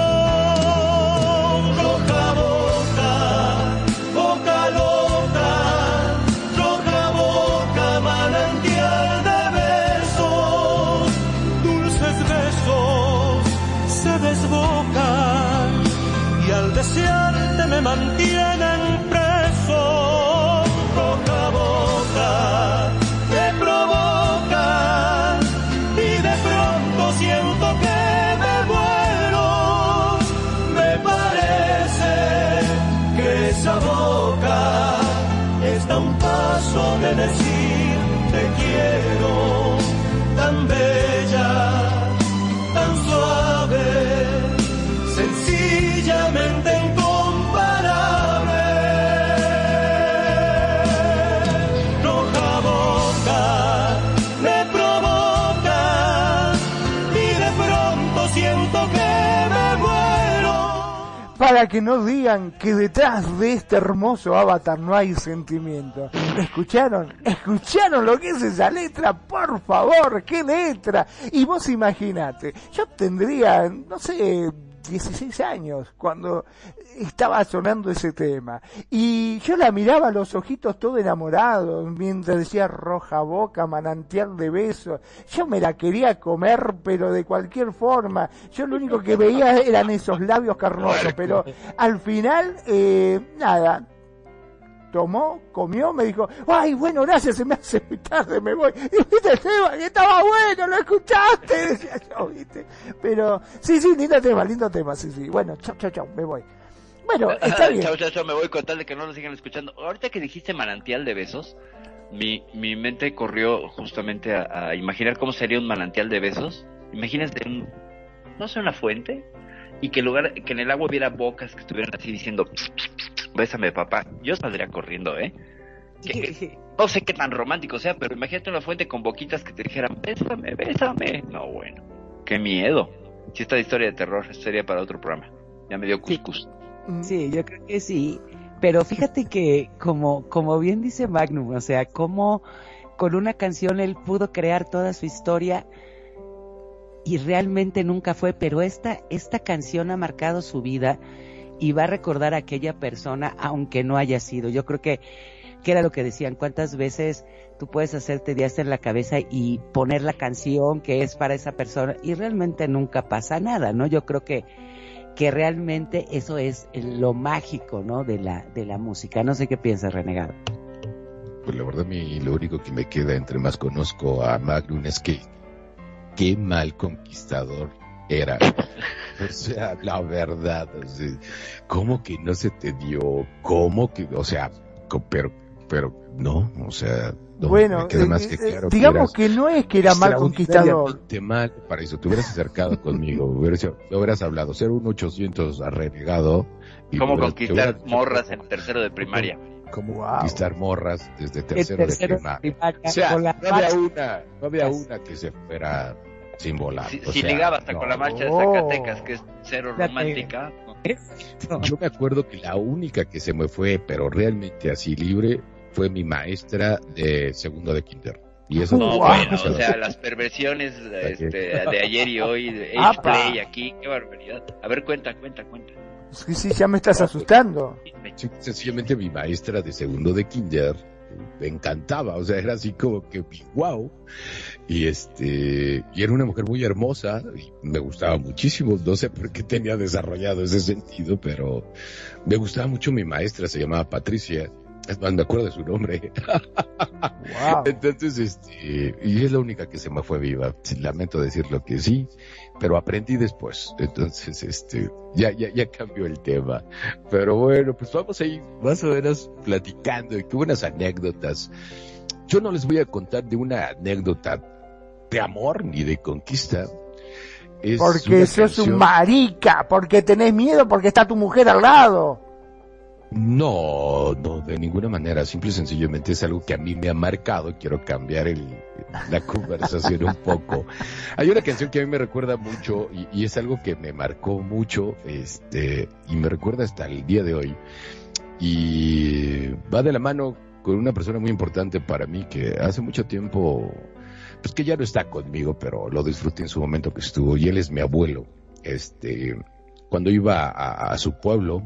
Roja boca, boca loca, roja boca, manantial de besos, dulces besos se desbocan y al desearte me mantienen preso. Roja boca, te provoca y de pronto siento que me muero. Me parece que esa boca está a un paso de decir te quiero, tan bella, tan suave, sencillamente incomparable. Roja boca me provoca y de pronto siento que me muero. Para que no digan que detrás de este hermoso avatar no hay sentimiento. ¿Escucharon? ¿Escucharon lo que es esa letra? Por favor, ¿qué letra? Y vos imaginate, yo tendría, no sé, dieciséis años cuando estaba sonando ese tema y yo la miraba a los ojitos todo enamorados mientras decía roja boca, manantial de besos. Yo me la quería comer pero de cualquier forma, yo lo único que veía eran esos labios carnosos, pero al final eh, nada, tomó, comió, me dijo, ay, bueno, gracias, se me hace muy tarde, me voy. Y viste, Esteban, que estaba bueno, lo escuchaste, decía yo, viste. Pero, sí, sí, lindo tema, lindo tema, sí, sí. Bueno, chau, chau, chau, me voy. Bueno, está bien. Chau, chau, chau, me voy con tal de que no lo sigan escuchando. Ahorita que dijiste manantial de besos, mi, mi mente corrió justamente a, a imaginar cómo sería un manantial de besos. Imagínate un, no sé, una fuente, y que en lugar, que en el agua hubiera bocas que estuvieran así diciendo, bésame papá. Yo saldría corriendo, ¿eh? Que, que, no sé qué tan romántico sea, pero imagínate una fuente con boquitas que te dijeran, bésame, bésame. No, bueno, qué miedo. Si esta historia de terror sería para otro programa. Ya me dio cuscús. Sí, sí, yo creo que sí. Pero fíjate que, como, como bien dice Magnum, o sea, como con una canción él pudo crear toda su historia y realmente nunca fue, pero esta, esta canción ha marcado su vida y va a recordar a aquella persona aunque no haya sido. Yo creo que, que era lo que decían, cuántas veces tú puedes hacerte días en la cabeza y poner la canción que es para esa persona y realmente nunca pasa nada, ¿no? Yo creo que, que realmente eso es lo mágico, ¿no? De la, de la música. No sé qué piensas, Renegado. Pues la verdad, mi, lo único que me queda entre más conozco a Magnum es que qué mal conquistador era. O sea, la verdad, o sea, ¿cómo que no se te dio? ¿Cómo que, o sea, pero, pero, no, o sea, no, bueno, me queda eh, más que eh, claro digamos que, que no es que era mal conquistador. Mal, para eso, te hubieras acercado conmigo, hubieras, hubieras hablado, cero uno ochocientos a Renegado. ¿Cómo hubieras, conquistar hubieras, morras en tercero de primaria? ¿Cómo wow. conquistar morras desde tercero, tercero de primaria? primaria? O sea, no había una, no había una que se fuera sin volar. Si, o si sea, ligaba hasta no. con la marcha de Zacatecas, que es cero romántica. No. Yo me acuerdo que la única que se me fue, pero realmente así libre, fue mi maestra de segundo de kinder. Y eso no, no bueno, o sea, las perversiones este, de ayer y hoy, de H Play aquí, qué barbaridad. A ver, cuenta, cuenta, cuenta. Sí, sí, ya me estás asustando. Sencillamente mi maestra de segundo de kinder me encantaba, o sea, era así como que wow, y este, y era una mujer muy hermosa, y me gustaba muchísimo, no sé por qué tenía desarrollado ese sentido, pero me gustaba mucho mi maestra, se llamaba Patricia, es más, me acuerdo de su nombre. Wow. Entonces, este, y es la única que se me fue viva, lamento decirlo que sí, pero aprendí después, entonces, este, ya, ya, ya cambió el tema, pero bueno, pues vamos a ir más o menos platicando, y qué buenas anécdotas. Yo no les voy a contar de una anécdota de amor ni de conquista. Es porque sos canción... un marica, porque tenés miedo, porque está tu mujer al lado. No, no, de ninguna manera, simple y sencillamente es algo que a mí me ha marcado, quiero cambiar el, la conversación un poco. Hay una canción que a mí me recuerda mucho y, y es algo que me marcó mucho, este, y me recuerda hasta el día de hoy, y va de la mano con una persona muy importante para mí que hace mucho tiempo pues que ya no está conmigo, pero lo disfruté en su momento que estuvo, y él es mi abuelo. Este, cuando iba a, a su pueblo,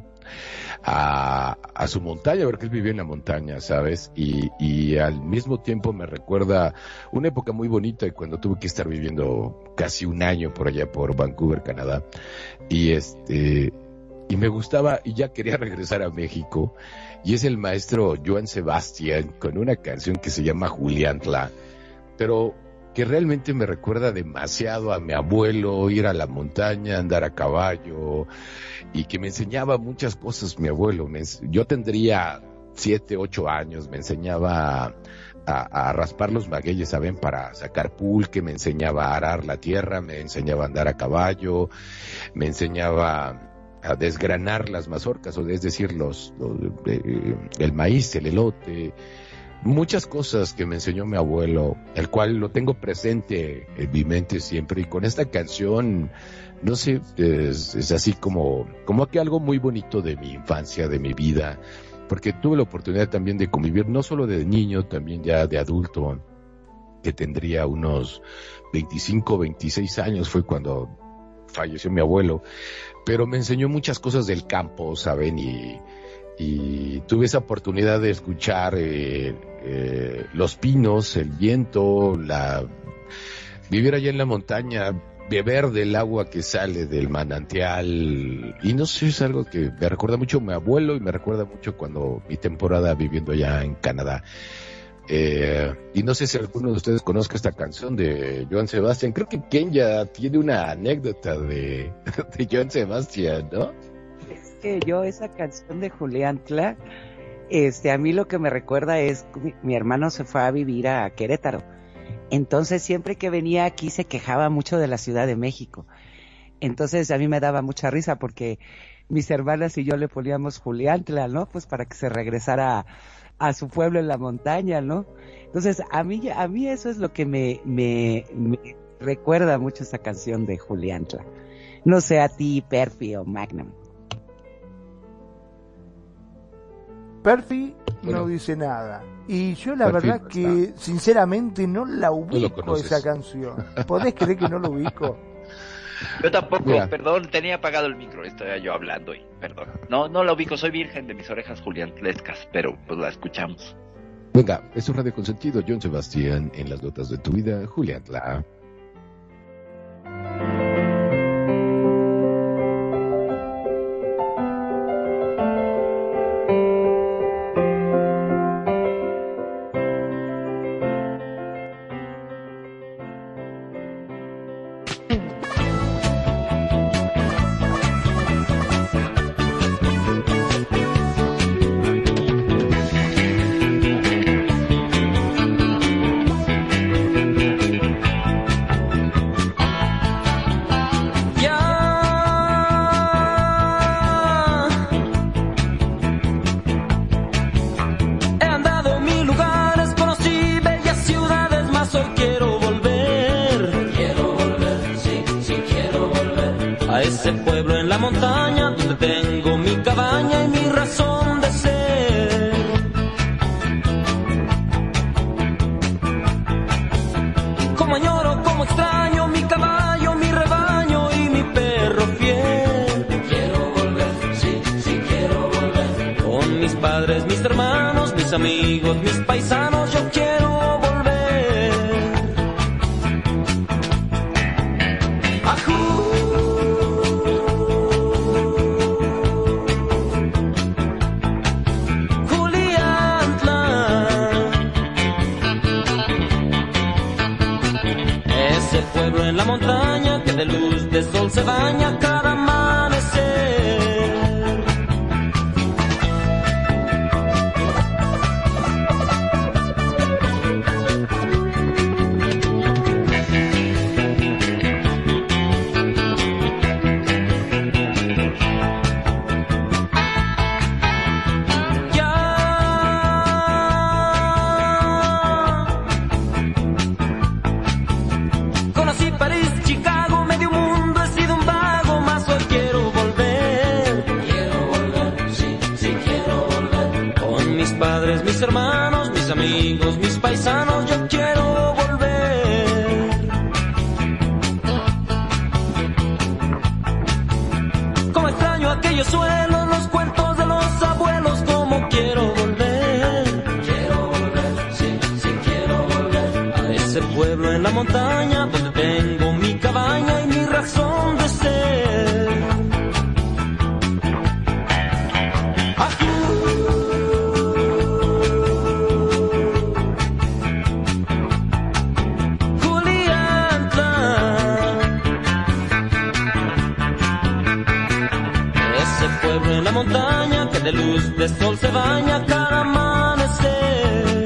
a, a su montaña, porque él vivía en la montaña, ¿sabes? Y, y al mismo tiempo me recuerda una época muy bonita, cuando tuve que estar viviendo casi un año por allá por Vancouver, Canadá, y este, y me gustaba, y ya quería regresar a México, y es el maestro Joan Sebastián con una canción que se llama Juliantla, pero que realmente me recuerda demasiado a mi abuelo, ir a la montaña, andar a caballo, y que me enseñaba muchas cosas mi abuelo. Me, yo tendría siete, ocho años, me enseñaba a, a, a raspar los magueyes, ¿saben? Para sacar pulque, me enseñaba a arar la tierra, me enseñaba a andar a caballo, me enseñaba a desgranar las mazorcas, o es decir, los, los eh, el maíz, el elote, muchas cosas que me enseñó mi abuelo, el cual lo tengo presente en mi mente siempre, y con esta canción, no sé, es, es así como, como que algo muy bonito de mi infancia, de mi vida, porque tuve la oportunidad también de convivir, no solo de niño, también ya de adulto, que tendría unos veinticinco, veintiséis años, fue cuando falleció mi abuelo, pero me enseñó muchas cosas del campo, ¿saben? Y, y tuve esa oportunidad de escuchar eh, eh, los pinos, el viento, la vivir allá en la montaña, beber del agua que sale del manantial, y no sé, es algo que me recuerda mucho a mi abuelo y me recuerda mucho cuando mi temporada viviendo allá en Canadá. Eh, y no sé si alguno de ustedes conozca esta canción de Joan Sebastián. Creo que Kenya tiene una anécdota de, de Joan Sebastián, ¿no? Es que yo esa canción de Juliantla, este, a mí lo que me recuerda es mi, mi hermano se fue a vivir a Querétaro. Entonces siempre que venía aquí se quejaba mucho de la Ciudad de México. Entonces a mí me daba mucha risa porque mis hermanas y yo le poníamos Juliantla, ¿no? Pues para que se regresara a, a su pueblo en la montaña, ¿no? Entonces a mí a mí eso es lo que me, me, me recuerda mucho esa canción de Juliantla. No sé a ti, Perfi o Magnum. Perfi Bueno. no dice nada. Y yo la Perfi verdad no que está. sinceramente no la ubico conoces. esa canción. ¿Podés creer que no lo ubico? Yo tampoco, Mira. perdón, tenía apagado el micro, estaba yo hablando y perdón. No, no lo ubico, soy virgen de mis orejas juliantlescas, pero pues la escuchamos. Venga, es un radio consentido, Joan Sebastián, en las notas de tu vida, Juliantla. He andado mil lugares, conocí bellas ciudades, mas hoy quiero volver. Quiero volver, sí, sí quiero volver. A ese pueblo en la montaña, donde tengo mi cabaña y mi razón de ser. Como añoro, como extraño mi caballo, mi rebaño y mi perro fiel. Quiero volver, sí, sí quiero volver. Con mis padres, mis hermanos, mis amigos, mis paisanos, yo quiero volver. Ajú. Juliantla. Ese pueblo en la montaña que de luz de sol se baña cada amanecer. Conocí París, Chicago, medio mundo, he sido un vago, mas hoy quiero volver. Quiero volver, sí, sí quiero volver. Con mis padres, mis hermanos, mis amigos, mis paisanos, yo quiero volver. la montaña donde tengo mi cabaña y mi razón de ser. Juliantla, ese pueblo en la montaña que de luz de sol se baña cada amanecer.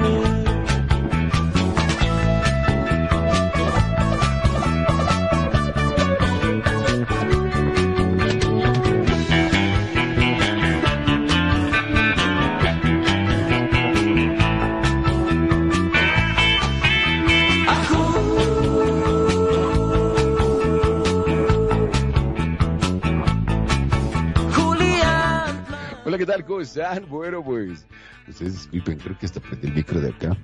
Hola, ¿qué tal? ¿Cómo están? Bueno, pues, ustedes disculpen, creo que hasta prende el micro de acá.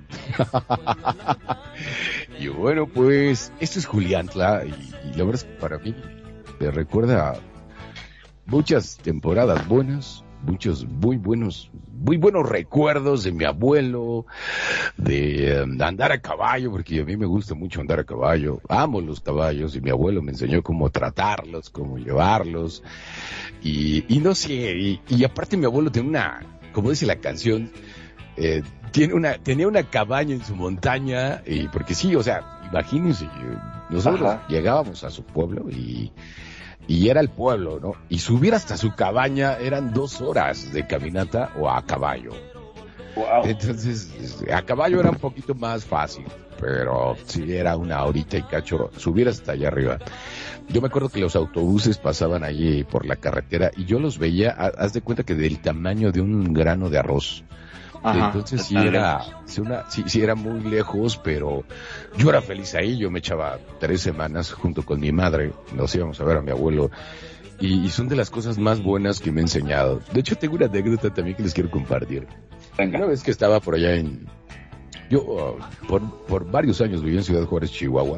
Y bueno, pues, esto es Juliantla, y, y la verdad es que para mí me recuerda muchas temporadas buenas, muchos muy buenos, muy buenos recuerdos de mi abuelo, de um, andar a caballo, porque a mí me gusta mucho andar a caballo, amo los caballos, y mi abuelo me enseñó cómo tratarlos, cómo llevarlos, y, y no sé, y, y aparte mi abuelo tiene una, como dice la canción, eh, tiene una, tenía una cabaña en su montaña, y porque sí, o sea, imagínense, nosotros Ajá. llegábamos a su pueblo y Y era el pueblo, ¿no? Y subir hasta su cabaña eran dos horas de caminata o a caballo. Wow. Entonces, a caballo era un poquito más fácil, pero sí era una horita y cacho subir hasta allá arriba. Yo me acuerdo que los autobuses pasaban allí por la carretera y yo los veía, haz de cuenta que del tamaño de un grano de arroz. Ajá, entonces sí era, sí, una, sí, sí era muy lejos, pero yo era feliz ahí. Yo me echaba tres semanas junto con mi madre, nos íbamos a ver a mi abuelo, y, y son de las cosas más buenas que me ha enseñado. De hecho, tengo una anécdota también que les quiero compartir. Venga. Una vez que estaba por allá en, yo uh, por, por varios años viví en Ciudad Juárez, Chihuahua,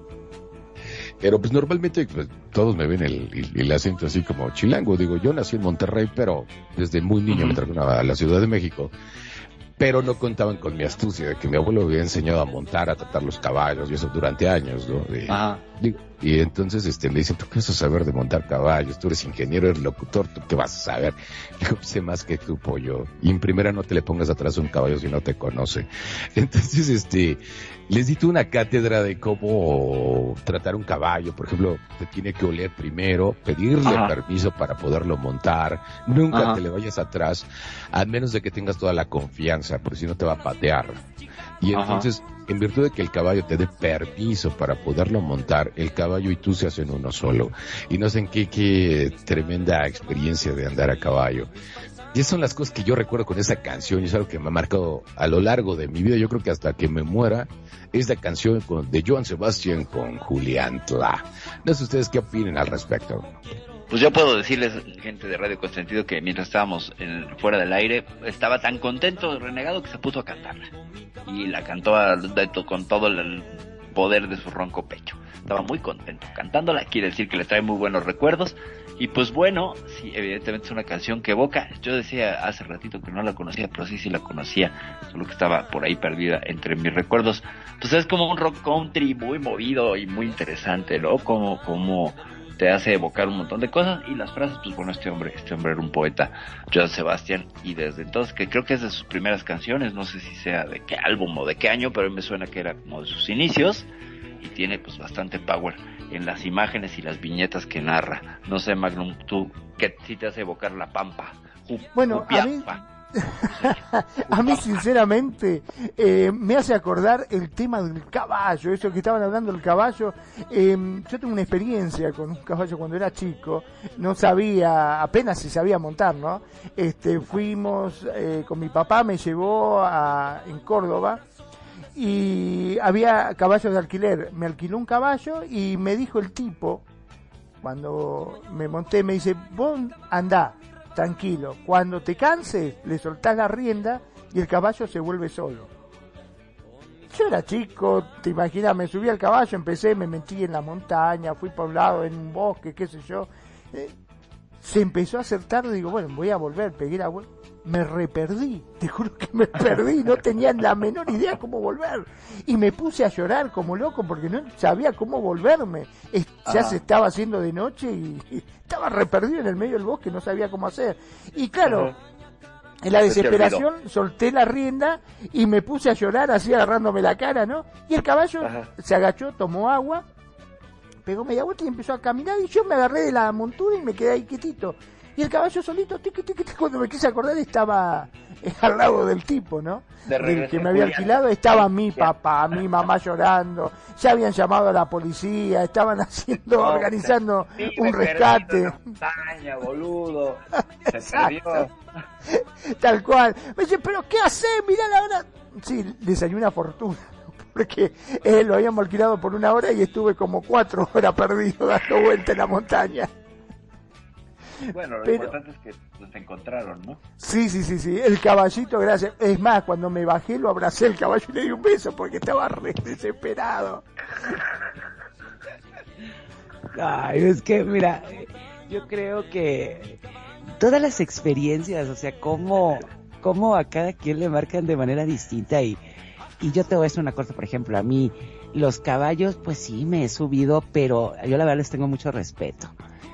pero pues normalmente pues, todos me ven el, el, el acento así como chilango. Digo, yo nací en Monterrey, pero desde muy niño uh-huh. me trajeron a la Ciudad de México. Pero no contaban con mi astucia de que mi abuelo había enseñado a montar, a tratar los caballos y eso durante años, ¿no? De, Ajá. Digo, y entonces este le dicen, ¿tú qué vas a saber de montar caballos? Tú eres ingeniero, eres locutor, ¿tú qué vas a saber? Digo, sé más que tú, pollo. Y en primera no te le pongas atrás a un caballo si no te conoce. Entonces, este, les di una cátedra de cómo tratar un caballo. Por ejemplo, te tiene que oler primero, pedirle Ajá. permiso para poderlo montar. Nunca Ajá. te le vayas atrás, a menos de que tengas toda la confianza, porque si no te va a patear. Y entonces, Ajá. en virtud de que el caballo te dé permiso para poderlo montar, el caballo y tú se hacen uno solo. Y no sé en qué, qué tremenda experiencia de andar a caballo. Y esas son las cosas que yo recuerdo con esa canción, y es algo que me ha marcado a lo largo de mi vida. Yo creo que hasta que me muera, es la canción con, de Joan Sebastián con Juliantla. No sé ustedes qué opinen al respecto. Pues yo puedo decirles, gente de Radio Consentido, que mientras estábamos en, fuera del aire, estaba tan contento, renegado, que se puso a cantarla. Y la cantó a, de, con todo el poder de su ronco pecho. Estaba muy contento cantándola, quiere decir que le trae muy buenos recuerdos. Y pues bueno, sí, evidentemente es una canción que evoca. Yo decía hace ratito que no la conocía, pero sí, sí la conocía, solo que estaba por ahí perdida entre mis recuerdos. Pues es como un rock country muy movido y muy interesante, ¿no? Como, como te hace evocar un montón de cosas. Y las frases, pues bueno, este hombre, este hombre era un poeta, Joan Sebastián, y desde entonces, que creo que es de sus primeras canciones, no sé si sea de qué álbum o de qué año, pero a mí me suena que era como de sus inicios, y tiene pues bastante power en las imágenes y las viñetas que narra. No sé, Magnum, tú, ¿qué si te hace evocar la pampa? Up, bueno, a mí, a mí sinceramente eh, me hace acordar el tema del caballo, eso que estaban hablando del caballo. Eh, yo tengo una experiencia con un caballo cuando era chico, no sabía, apenas si sabía montar, ¿no? Este, fuimos, eh, con mi papá me llevó a, en Córdoba, y había caballos de alquiler. Me alquiló un caballo y me dijo el tipo, cuando me monté, me dice, vos andá, tranquilo, cuando te canses, le soltás la rienda y el caballo se vuelve solo. Yo era chico, te imaginas, me subí al caballo, empecé, me metí en la montaña, fui por un lado, en un bosque, qué sé yo. Eh, se empezó a hacer tarde, digo, bueno, voy a volver, pegué la vuelta. me reperdí, te juro que me perdí, no tenía la menor idea cómo volver. Y me puse a llorar como loco porque no sabía cómo volverme. Es, ya se estaba haciendo de noche y, y estaba re perdido en el medio del bosque, no sabía cómo hacer. Y claro, ajá, en la desesperación solté la rienda y me puse a llorar así agarrándome la cara, ¿no? Y el caballo ajá, se agachó, tomó agua, pegó media vuelta y empezó a caminar y yo me agarré de la montura y me quedé ahí quietito. Y el caballo solito, tiqui, tiqui, tiqui, cuando me quise acordar estaba eh, al lado del tipo, ¿no? De del que me había alquilado, estaba mi papá, mi mamá llorando, ya habían llamado a la policía, estaban haciendo, no, organizando sí, un rescate. Montaña, boludo. Se perdió. Tal cual. Me dice, pero ¿qué haces? Mirá la hora. Sí, le salió una fortuna. Porque eh, lo habíamos alquilado por una hora y estuve como cuatro horas perdido dando vuelta en la montaña. Bueno, lo Pero, importante es que nos encontraron, ¿no? Sí, sí, sí, sí, el caballito, gracias. Es más, cuando me bajé lo abracé el caballo y le di un beso porque estaba re desesperado. Ay, es que, mira, yo creo que todas las experiencias, o sea, cómo, cómo a cada quien le marcan de manera distinta y, y yo te voy a decir una cosa, por ejemplo, a mí, los caballos, pues sí, me he subido, pero yo la verdad les tengo mucho respeto.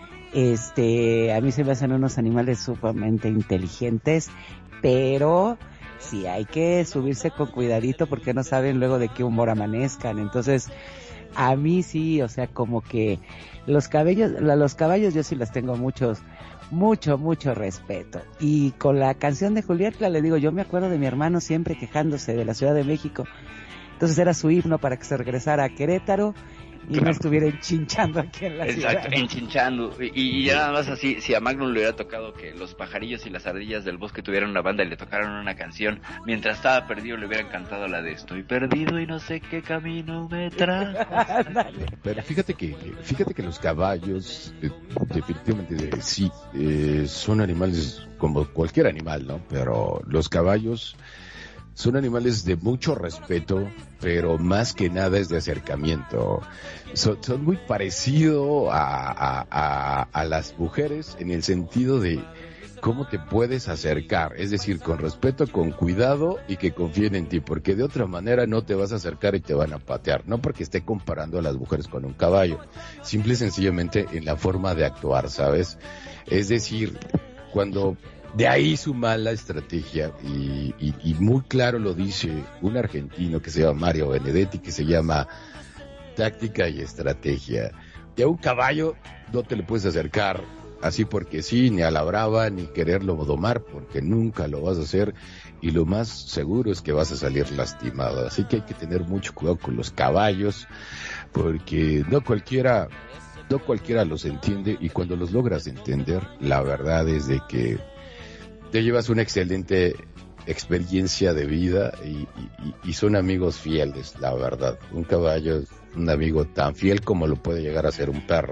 Este, a mí se me hacen unos animales sumamente inteligentes, pero sí hay que subirse con cuidadito porque no saben luego de qué humor amanezcan. Entonces, a mí sí, o sea, como que los caballos, los caballos yo sí les tengo muchos, mucho, mucho respeto. Y con la canción de Julieta le digo, yo me acuerdo de mi hermano siempre quejándose de la Ciudad de México. Entonces era su himno para que se regresara a Querétaro y claro, no estuviera enchinchando aquí en la Exacto, ciudad. Exacto, enchinchando. Y, y ya nada más así, si a Magnum le hubiera tocado que los pajarillos y las ardillas del bosque tuvieran una banda y le tocaran una canción, mientras estaba perdido le hubieran cantado la de Estoy perdido y no sé qué camino me trajo. Pero fíjate que, fíjate que los caballos, eh, definitivamente eh, sí, eh, son animales como cualquier animal, ¿no? Pero los caballos son animales de mucho respeto, pero más que nada es de acercamiento. Son, son muy parecidos a, a, a, a las mujeres en el sentido de cómo te puedes acercar. Es decir, con respeto, con cuidado y que confíen en ti, porque de otra manera no te vas a acercar y te van a patear. No porque esté comparando a las mujeres con un caballo, simple y sencillamente en la forma de actuar, ¿sabes? Es decir, cuando... De ahí su mala estrategia, y, y, y muy claro lo dice un argentino que se llama Mario Benedetti, que se llama táctica y estrategia. Y a un caballo no te le puedes acercar así porque sí, ni a la brava, ni quererlo domar, porque nunca lo vas a hacer, y lo más seguro es que vas a salir lastimado. Así que hay que tener mucho cuidado con los caballos, porque no cualquiera, no cualquiera los entiende, y cuando los logras entender, la verdad es de que te llevas una excelente experiencia de vida y, y, y son amigos fieles, la verdad. Un caballo es un amigo tan fiel como lo puede llegar a ser un perro.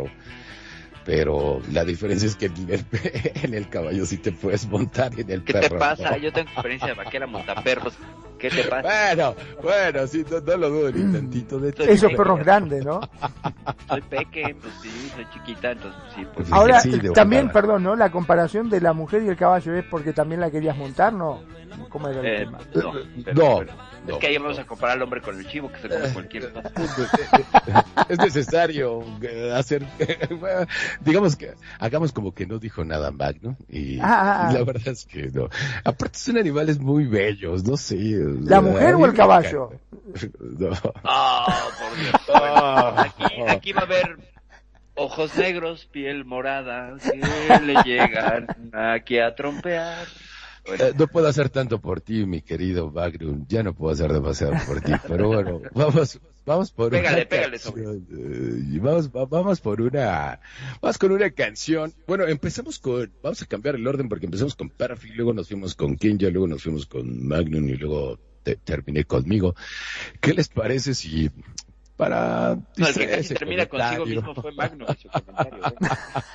Pero la diferencia es que en el, en el caballo sí te puedes montar, en el ¿Qué perro te pasa? no. Yo tengo experiencia de vaquera montaperros. ¿Qué te pasa? Bueno, bueno, sí, no, no lo dudo ni tantito. De Esos perros grandes, ¿no? Soy peque, pues sí, soy chiquita, entonces sí. Pues, ahora, sí, también, perdón, ¿no? La comparación de la mujer y el caballo es porque también la querías montar, ¿no? ¿Cómo era el eh, tema? No, pero, no, pero, no. Es que ahí vamos a comparar al hombre con el chivo, que se come cualquier cosa. Es necesario hacer, digamos que hagamos como que no dijo nada Magno, y, ah, y la verdad es que no. Aparte son animales muy bellos, no sé. ¿La mujer o el caballo? No. Oh, por Dios. Bueno, aquí, aquí va a haber ojos negros, piel morada, que le llegan aquí a trompear. Bueno. Eh, no puedo hacer tanto por ti, mi querido Magnum, ya no puedo hacer demasiado por ti, pero bueno, vamos, vamos por pégale, una pégale, canción, eh, vamos, vamos por una, vamos con una canción. Bueno, empezamos con, vamos a cambiar el orden porque empezamos con Perfil, luego nos fuimos con Kenya, luego nos fuimos con Magnum y luego te, terminé conmigo. ¿Qué les parece si para no, el que casi termina consigo mismo fue Magno en su comentario, ¿eh?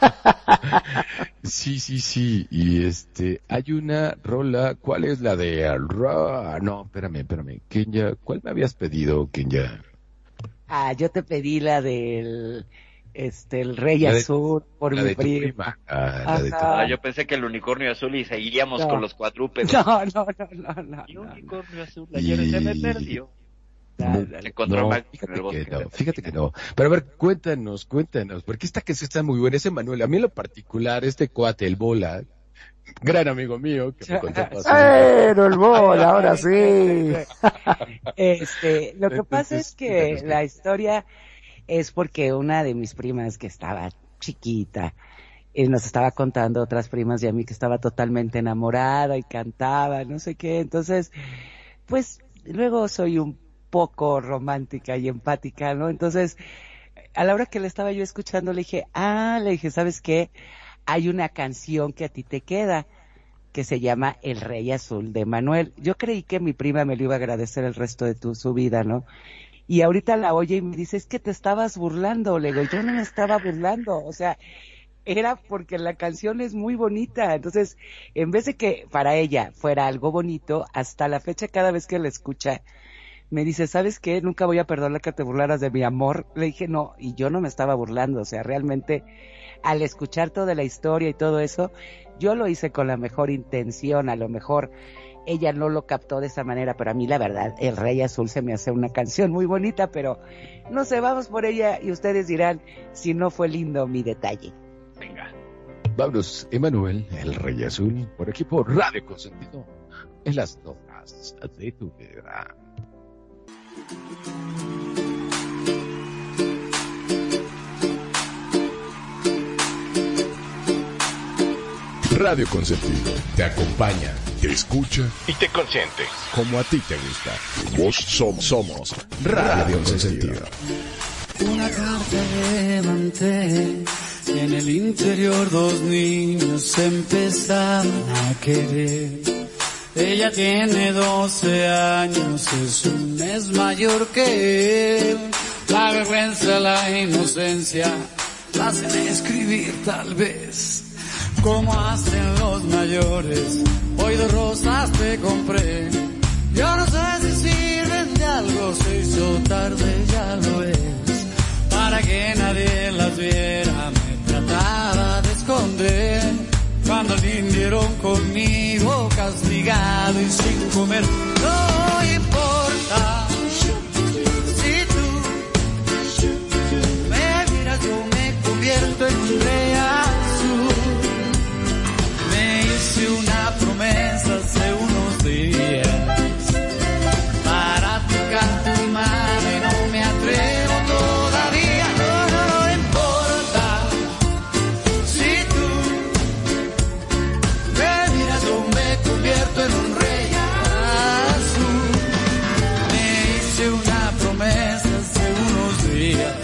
Sí, sí, sí, y este, hay una rola, ¿cuál es la de Ra? No, espérame, espérame, Kenya, ¿cuál me habías pedido, Kenya? Ah, yo te pedí la del este, el Rey La de- Azul, por La mi de tu prima. prima. Ah, la de tu Ajá. Ah, yo pensé que el unicornio azul y seguíamos No. con los cuadrúpedos. No, no, no, no, no. Mi no, no. unicornio azul ayer se me Y- perdió. Mu- Se encontró no, Max en el fíjate bosque que no, de la fíjate que esquina. no. Pero a ver, cuéntanos, cuéntanos, porque esta canción está muy buena. Ese Manuel, a mí en lo particular, este cuate, el Bola, gran amigo mío, que me contó así. Pero el bola, ahora sí. Este, lo que Entonces, pasa es que cuéntanos, la historia es porque una de mis primas que estaba chiquita, eh, nos estaba contando otras primas y a mí que estaba totalmente enamorada y cantaba, no sé qué. Entonces, pues, luego soy un poco romántica y empática, ¿no? Entonces, a la hora que le estaba yo escuchando, le dije, ah, le dije, ¿sabes qué? Hay una canción que a ti te queda, que se llama El Rey Azul de Manuel. Yo creí que mi prima me lo iba a agradecer el resto de tu, su vida, ¿no? Y ahorita la oye y me dice, es que te estabas burlando. Le digo, yo no me estaba burlando, o sea, era porque la canción es muy bonita. Entonces, en vez de que para ella fuera algo bonito, hasta la fecha cada vez que la escucha, me dice, ¿sabes qué? Nunca voy a perdonar que te burlaras de mi amor. Le dije, no, y yo no me estaba burlando, o sea, realmente al escuchar toda la historia y todo eso, yo lo hice con la mejor intención. A lo mejor ella no lo captó de esa manera, pero a mí la verdad, El Rey Azul se me hace una canción muy bonita, pero no sé, vamos por ella y ustedes dirán si no fue lindo mi detalle. Venga. Vámonos, Emanuel, el Rey Azul, por aquí por Radio Consentido, en las notas de tu vida. Radio Consentido te acompaña, te escucha y te consiente como a ti te gusta. Vos somos, somos Radio Consentido. Una carta levanté y en el interior dos niños se empezaron a querer. Ella tiene doce años, es un mes mayor que él. La vergüenza, la inocencia, la hacen escribir tal vez. Como hacen los mayores, hoy dos rosas te compré. Yo no sé si sirven de algo, se hizo tarde, ya lo es. Para que nadie las viera, me trataba de esconder. Cuando vinieron conmigo, castigado y sin comer, no importa. Si tú me miras, yo me convierto en un rey azul. Me hice una promesa hace unos días para tocar tu mano y no me atrevo todavía. No, no, no importa. Si tú me miras, yo me convierto en un rey azul. Me hice una promesa hace unos días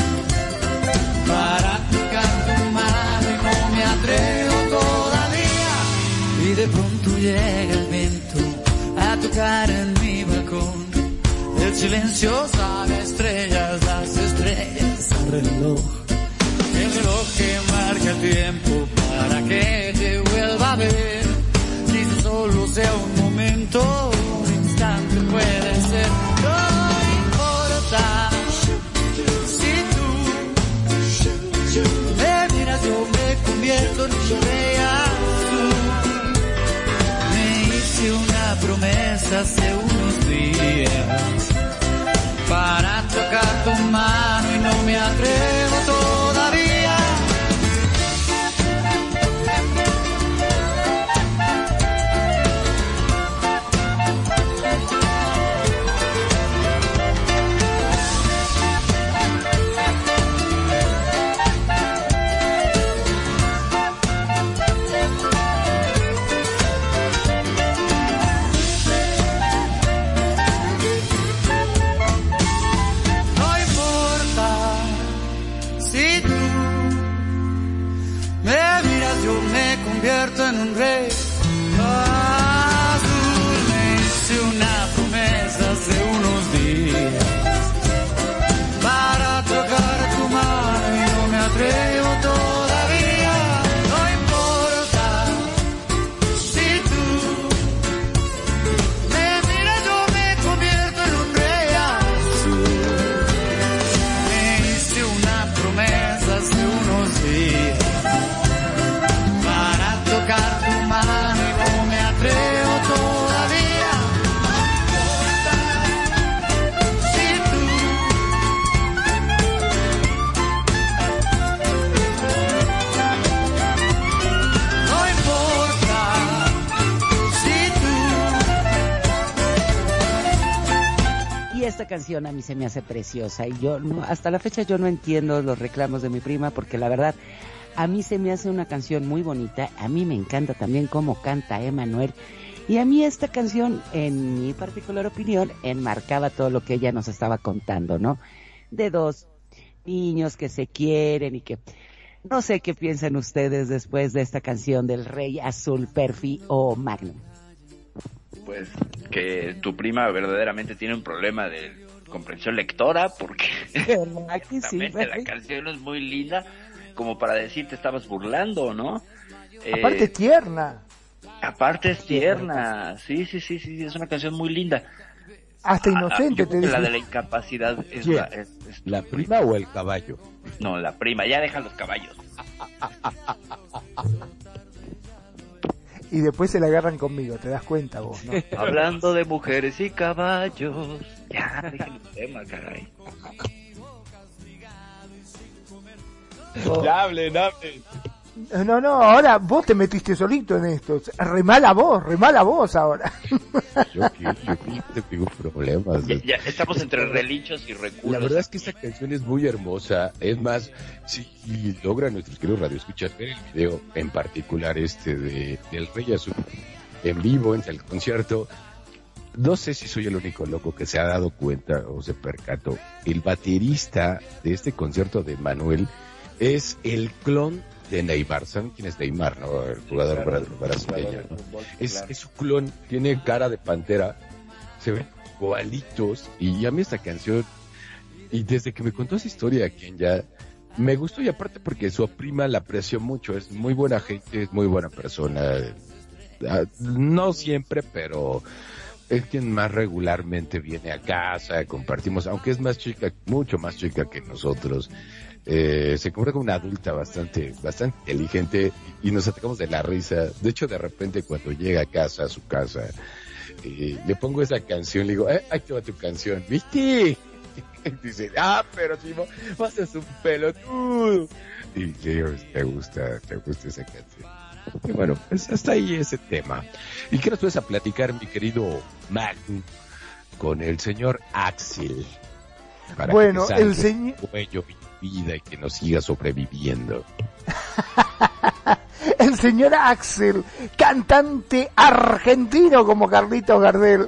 para tocar tu mano y no me atrevo todavía. Y de pronto llega el viento a tocar en mi balcón. El silencio sabe a estrellas, las estrellas al reloj. El reloj que marca el tiempo para que te vuelva a ver. Dice solo sea un momento, un instante puede ser. No importa. Si tú me miras, yo me convierto en un rey azul. Me hice una promesa hace unos días para tocar tu mano y no me atrevo todavía. esta canción a mí se me hace preciosa y yo no, hasta la fecha yo no entiendo los reclamos de mi prima porque la verdad a mí se me hace una canción muy bonita. A mí me encanta también cómo canta Emmanuel y a mí esta canción, en mi particular opinión, enmarcaba todo lo que ella nos estaba contando, ¿no? De dos niños que se quieren y que no sé qué piensan ustedes después de esta canción del Rey Azul, Perfi o Magnum. Pues que tu prima verdaderamente tiene un problema de comprensión lectora, porque Aquí sí, la canción es muy linda como para decir te estabas burlando, ¿no? Aparte eh, tierna. Aparte es tierna, sí, sí, sí, sí, es una canción muy linda. Hasta inocente, ah, te digo. La de la incapacidad es, ¿Quién? la, es, es ¿La prima o el caballo? No, la prima, ya deja los caballos. Y después se la agarran conmigo, te das cuenta vos, ¿no? Hablando de mujeres y caballos. Ya, dejen el tema, caray. Oh. Ya hablen, hablen. No, no, ahora vos te metiste solito en esto. Remala vos, remala vos ahora. Yo que yo que tengo problemas. Ya, ya estamos entre relinchos y reculos. La verdad es que esta canción es muy hermosa. Es más, si logran nuestros queridos radioescuchas ver el video, en particular este de del Rey Azul en vivo en el concierto, no sé si soy el único loco que se ha dado cuenta o se percató. El baterista de este concierto de Manuel es el clon de Neymar. ¿Saben quién es Neymar, no? El jugador sí, claro, brasileño, ¿no? fútbol, Es, claro. es su clon, tiene cara de pantera, se ven igualitos, y a mí esta canción, y desde que me contó esa historia aquí en ya, me gustó, y aparte porque su prima la apreció mucho, es muy buena gente, es muy buena persona, no siempre, pero es quien más regularmente viene a casa, compartimos, aunque es más chica, mucho más chica que nosotros. Eh, se comporta como una adulta bastante, bastante inteligente y nos atacamos de la risa. De hecho, de repente cuando llega a casa, a su casa, eh, le pongo esa canción, le digo, eh, ahí te va tu canción, ¿viste? Dice, ah, pero si vos vas a ser un pelotudo. Y le digo, te gusta, te gusta esa canción. Y bueno, pues hasta ahí ese tema. ¿Y qué nos puedes a platicar, mi querido Magnum, con el señor Axel? Para Bueno, que te el salve señor... tu cuello y tu vida y que nos siga sobreviviendo. El señor Axel, cantante argentino como Carlitos Gardel.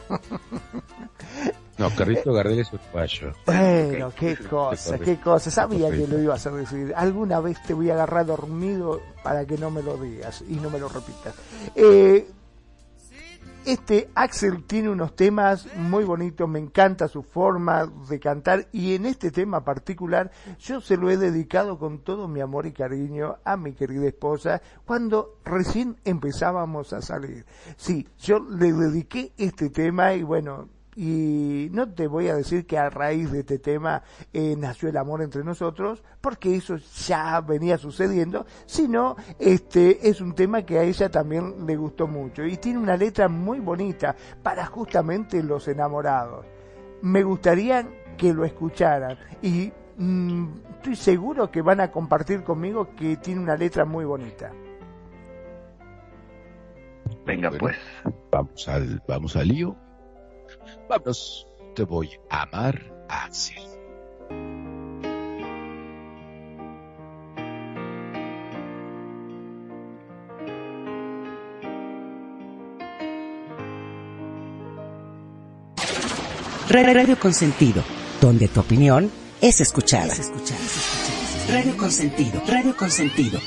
No, Carlito Gardel es uruguayo. Bueno, qué cosa, qué cosa. Sabía que lo ibas a decir. Alguna vez te voy a agarrar dormido para que no me lo digas y no me lo repitas. Eh, este Axel tiene unos temas muy bonitos, me encanta su forma de cantar y en este tema particular yo se lo he dedicado con todo mi amor y cariño a mi querida esposa cuando recién empezábamos a salir. Sí, yo le dediqué este tema y bueno... Y no te voy a decir que a raíz de este tema eh, nació el amor entre nosotros, porque eso ya venía sucediendo, sino este es un tema que a ella también le gustó mucho y tiene una letra muy bonita para justamente los enamorados. Me gustaría que lo escucharan y mmm, estoy seguro que van a compartir conmigo que tiene una letra muy bonita. Venga, Bueno, pues. Vamos al, vamos al lío. Vámonos, te voy a amar, Axel. Radio Consentido, donde tu opinión es escuchada. Es escuchada. Radio Consentido, Radio Consentido.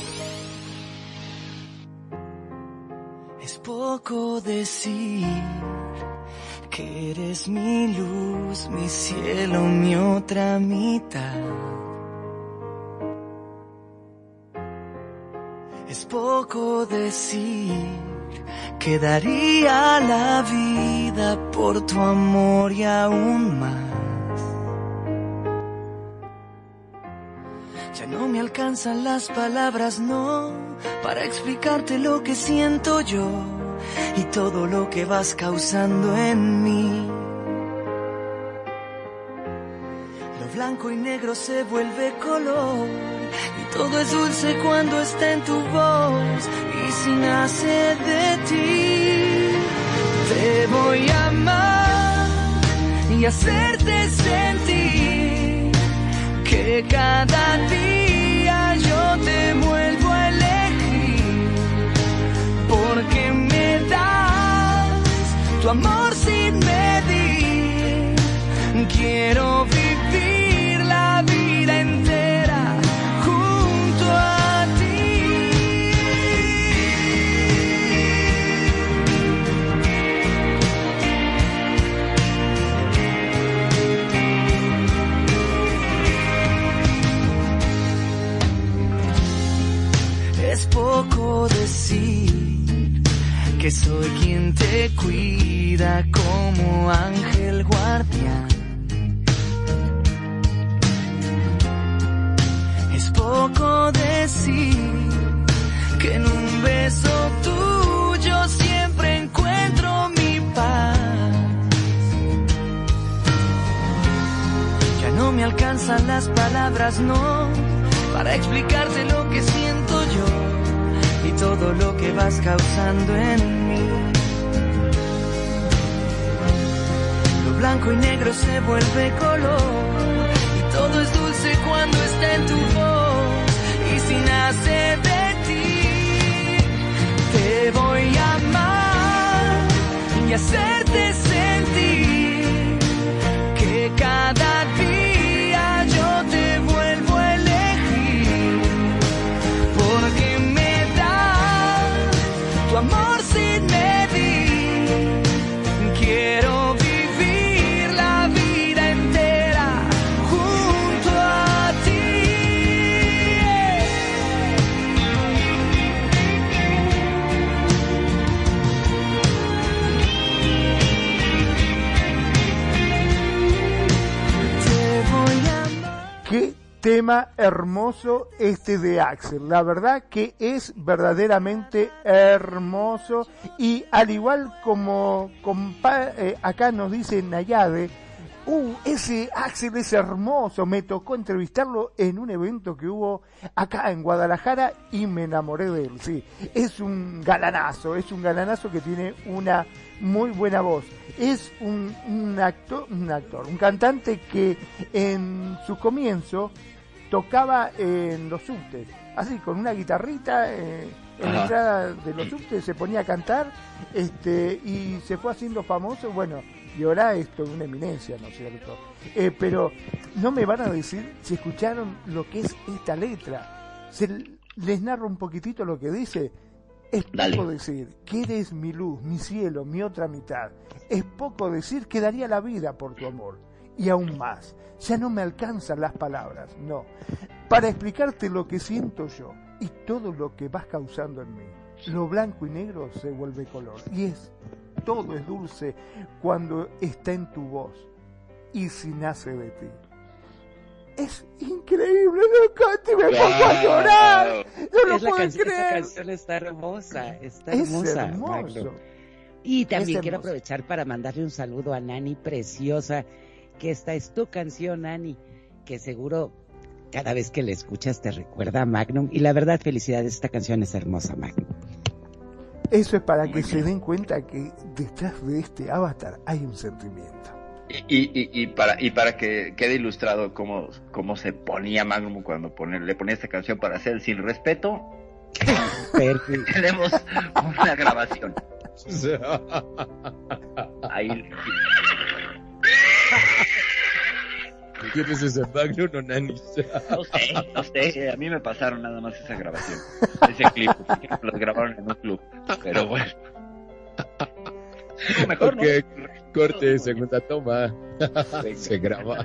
Es poco decir que eres mi luz, mi cielo, mi otra mitad. Es poco decir que daría la vida por tu amor y aún más. Ya no me alcanzan las palabras, no, para explicarte lo que siento yo y todo lo que vas causando en mí. Lo blanco y negro se vuelve color y todo es dulce cuando está en tu voz y si nace de ti. Te voy a amar y hacerte sentir que cada día yo te vuelvo a elegir, porque me das tu amor sin medir. Quiero vivir la vida entera junto a ti. Es poco decir que soy quien te cuida como ángel guardián. Es poco decir que en un beso tuyo siempre encuentro mi paz. Ya no me alcanzan las palabras, no, para explicarte lo que siento yo y todo lo que vas causando en mí. Lo blanco y negro se vuelve color y todo es dulce cuando está en tu voz. Y si nace de ti, te voy a amar y hacerte sentir que cada día yo te vuelvo a elegir, porque me das tu amor sin medir. Quiero vivir la vida entera junto a ti. Te voy a amar. Qué tema hermoso este de Axel, la verdad que es verdaderamente hermoso, y al igual como compa- eh, acá nos dice Nayade, uh, ese Axel es hermoso, me tocó entrevistarlo en un evento que hubo acá en Guadalajara y me enamoré de él, sí, es un galanazo, es un galanazo que tiene una muy buena voz. Es un, un actor, un actor, un cantante que en su comienzo tocaba en los subtes, así con una guitarrita eh, en la Ajá. entrada de los subtes se ponía a cantar, este, y se fue haciendo famoso, bueno, y ahora es toda una eminencia, ¿no es cierto? Eh, pero no me van a decir si escucharon lo que es esta letra. Se les narro un poquitito lo que dice. Es Dale. poco decir que eres mi luz, mi cielo, mi otra mitad. Es poco decir que daría la vida por tu amor. Y aún más, ya no me alcanzan las palabras, no, para explicarte lo que siento yo y todo lo que vas causando en mí. Lo blanco y negro se vuelve color, y es, todo es dulce cuando está en tu voz, y si nace de ti. Es increíble, no, Coti, me pongo a llorar, no lo Es la puedo canción, esa creer. canción está hermosa, está Es hermosa. hermoso. Magno. Y también Es quiero hermoso. aprovechar para mandarle un saludo a Nani preciosa, que esta es tu canción, Nani, que seguro cada vez que la escuchas te recuerda a Magnum, y la verdad, felicidades, esta canción es hermosa, Magnum. Eso es para que se den cuenta que detrás de este avatar hay un sentimiento. Y, y, y para y para que quede ilustrado cómo, cómo se ponía Magnum cuando poner, le ponía esta canción para hacer el Sin Respeto, Perfecto. tenemos una grabación. Ahí. ¿Quién es ese Magnum o Nanis? No sé, no sé, a mí me pasaron nada más esa grabación, ese clip, los grabaron en un club, pero bueno. No, mejor Ok, corte, segunda toma. Venga. Se graba.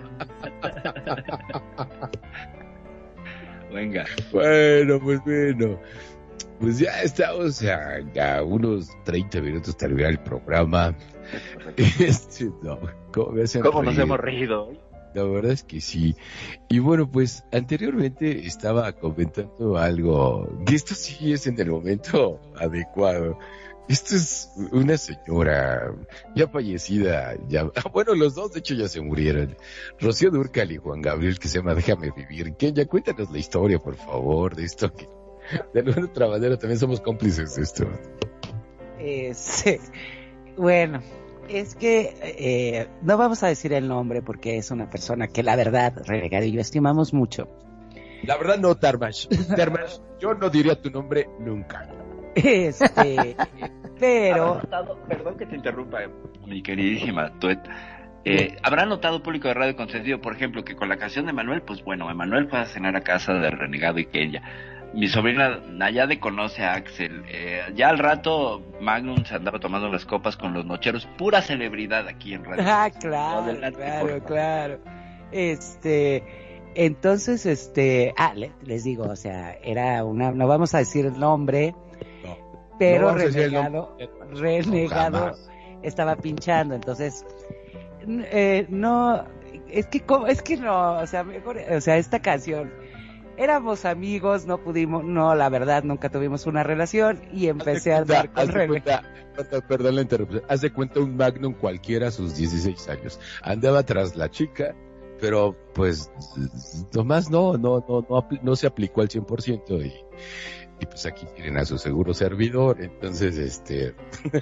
no. Venga. Bueno, pues bueno. Pues ya estamos a, a unos treinta minutos de terminar el programa. Este, no, ¿cómo me hacen ¿Cómo nos reír? hemos reído hoy? La verdad es que sí. Y bueno, pues anteriormente estaba comentando algo, que esto sí es en el momento adecuado. Esto es una señora ya fallecida, ya, bueno, los dos de hecho ya se murieron. Rocío Dúrcal y Juan Gabriel, que se llama Déjame Vivir. Kenia, cuéntanos la historia, por favor, de esto, que de alguna otra manera también somos cómplices de esto. Eh, sí. Bueno, Es que eh, no vamos a decir el nombre porque es una persona que la verdad, Renegado y yo estimamos mucho. La verdad no, Tarmash. Tarmash, yo no diría tu nombre nunca. Este, pero... Notado, perdón que te interrumpa, mi queridísima Tuet. Eh, ¿Habrá notado público de Radio Consentido, por ejemplo, que con la canción de Manuel, pues bueno, Emanuel fue a cenar a casa de Renegado y Kenia? Mi sobrina Nayade conoce a Axel. Eh, ya al rato Magnum se andaba tomando las copas con los nocheros. Pura celebridad aquí en Radio. Ah, claro, Adelante, claro, claro. Este, entonces, este, ah, le, les digo, o sea, era una, no vamos a decir el nombre, no, pero no Renegado, nombre. Renegado no, estaba pinchando, entonces, eh, no, es que, es que no, o sea, mejor, o sea, esta canción, éramos amigos, no pudimos, no, la verdad, nunca tuvimos una relación y empecé a andar con Renegado. Perdón la interrupción, haz de cuenta un Magnum cualquiera a sus dieciséis años, andaba tras la chica, pero pues nomás no, no, no, no, no se aplicó al cien por ciento y, y pues aquí tienen a su seguro servidor, entonces este...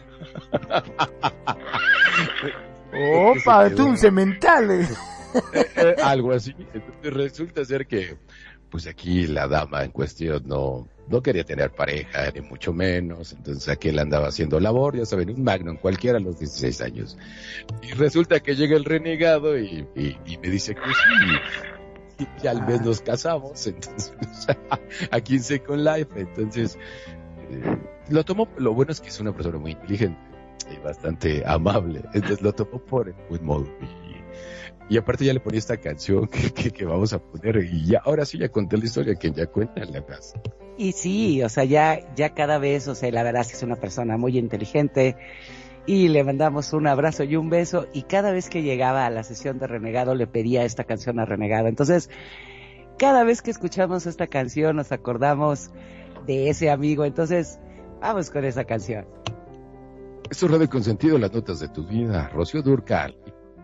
¡Opa! ¡Tú un cemental! Algo así, entonces resulta ser que pues aquí la dama en cuestión no, no quería tener pareja, ni mucho menos, entonces aquí él andaba haciendo labor, ya saben, un Magnum cualquiera a los dieciséis años. Y resulta que llega el Renegado y, y, y me dice que sí, y al mes nos casamos, entonces, aquí en Second Life, entonces, eh, lo tomó, lo bueno es que es una persona muy inteligente y bastante amable, entonces lo tomó por el buen modo. Y aparte ya le ponía esta canción que, que, que vamos a poner y ya, ahora sí ya conté la historia que ya cuenta en la casa. Y sí, o sea, ya, ya cada vez, o sea, la verdad es que es una persona muy inteligente y le mandamos un abrazo y un beso y cada vez que llegaba a la sesión de Renegado le pedía esta canción a Renegado. Entonces, cada vez que escuchamos esta canción nos acordamos de ese amigo, entonces, vamos con esa canción. Esto es Radio Consentido, las notas de tu vida, Rocío Dúrcal.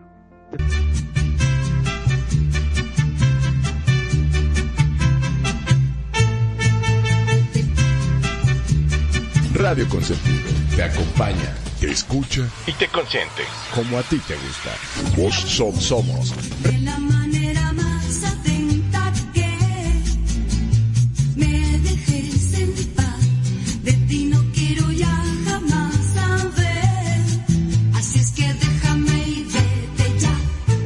Radio Consentido te acompaña, te escucha y te consiente como a ti te gusta. Vos som, somos. De la manera más atenta que me dejes en paz, de ti no quiero ya jamás saber. Así es que déjame y vete ya.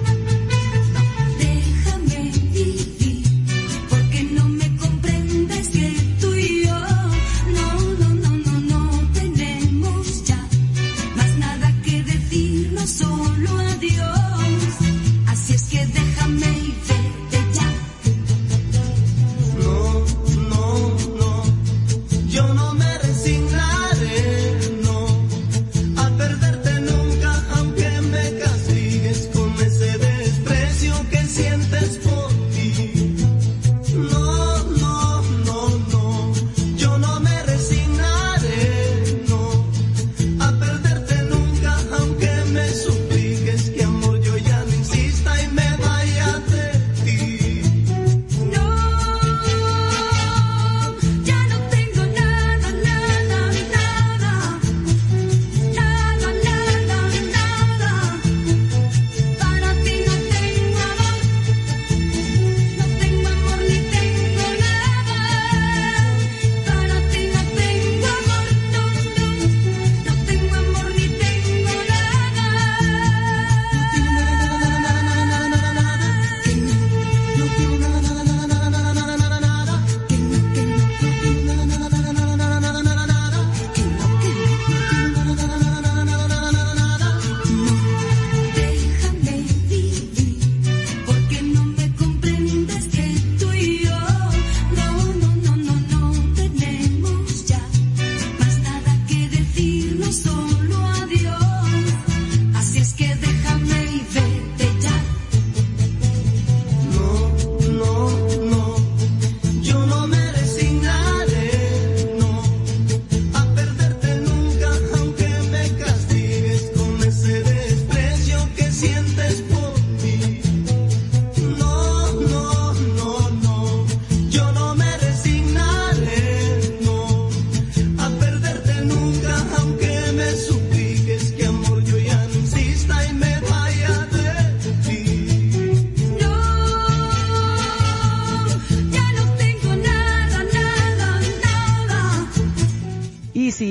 Déjame vivir, porque no me comprendes que tú y yo no, no, no. Solo adiós, así es que déjame y vete ya. No, no, no, yo no me resignaré, no, a perderte nunca, aunque me castigues con ese desprecio que sientes por ti. No, no, no, no, yo no me resignaré, no, a perderte nunca, aunque me supliques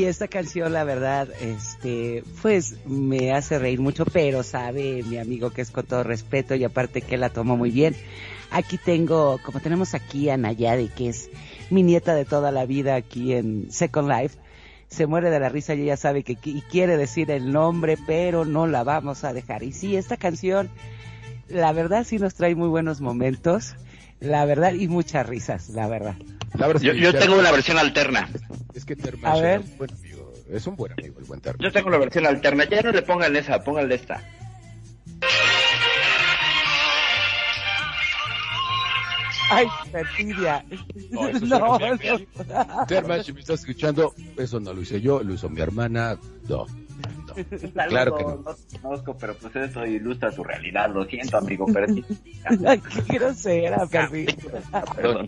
esta canción, la verdad, este, pues me hace reír mucho, pero sabe mi amigo que es con todo respeto y aparte que la tomó muy bien. Aquí tengo, como tenemos aquí a Nayade, que es mi nieta de toda la vida aquí en Second Life, se muere de la risa y ella sabe que y quiere decir el nombre, pero no la vamos a dejar. Y sí, esta canción, la verdad sí nos trae muy buenos momentos, la verdad, y muchas risas, la verdad. La verdad yo, yo tengo una versión alterna. Es que Termas a ver. Es un buen amigo, es un buen amigo el buen Termas. Yo tengo una versión alterna, ya no le pongan esa, pónganle esta. Ay, Perfidia. No, eso no, suena no. no. Termas, si me estás escuchando, eso no lo hice yo, lo hizo mi hermana. No, no. Claro que no. No te conozco, pero pues eso ilustra tu realidad. Lo siento, amigo, pero sí. Ay, qué grosera, Perfidia. Perdón.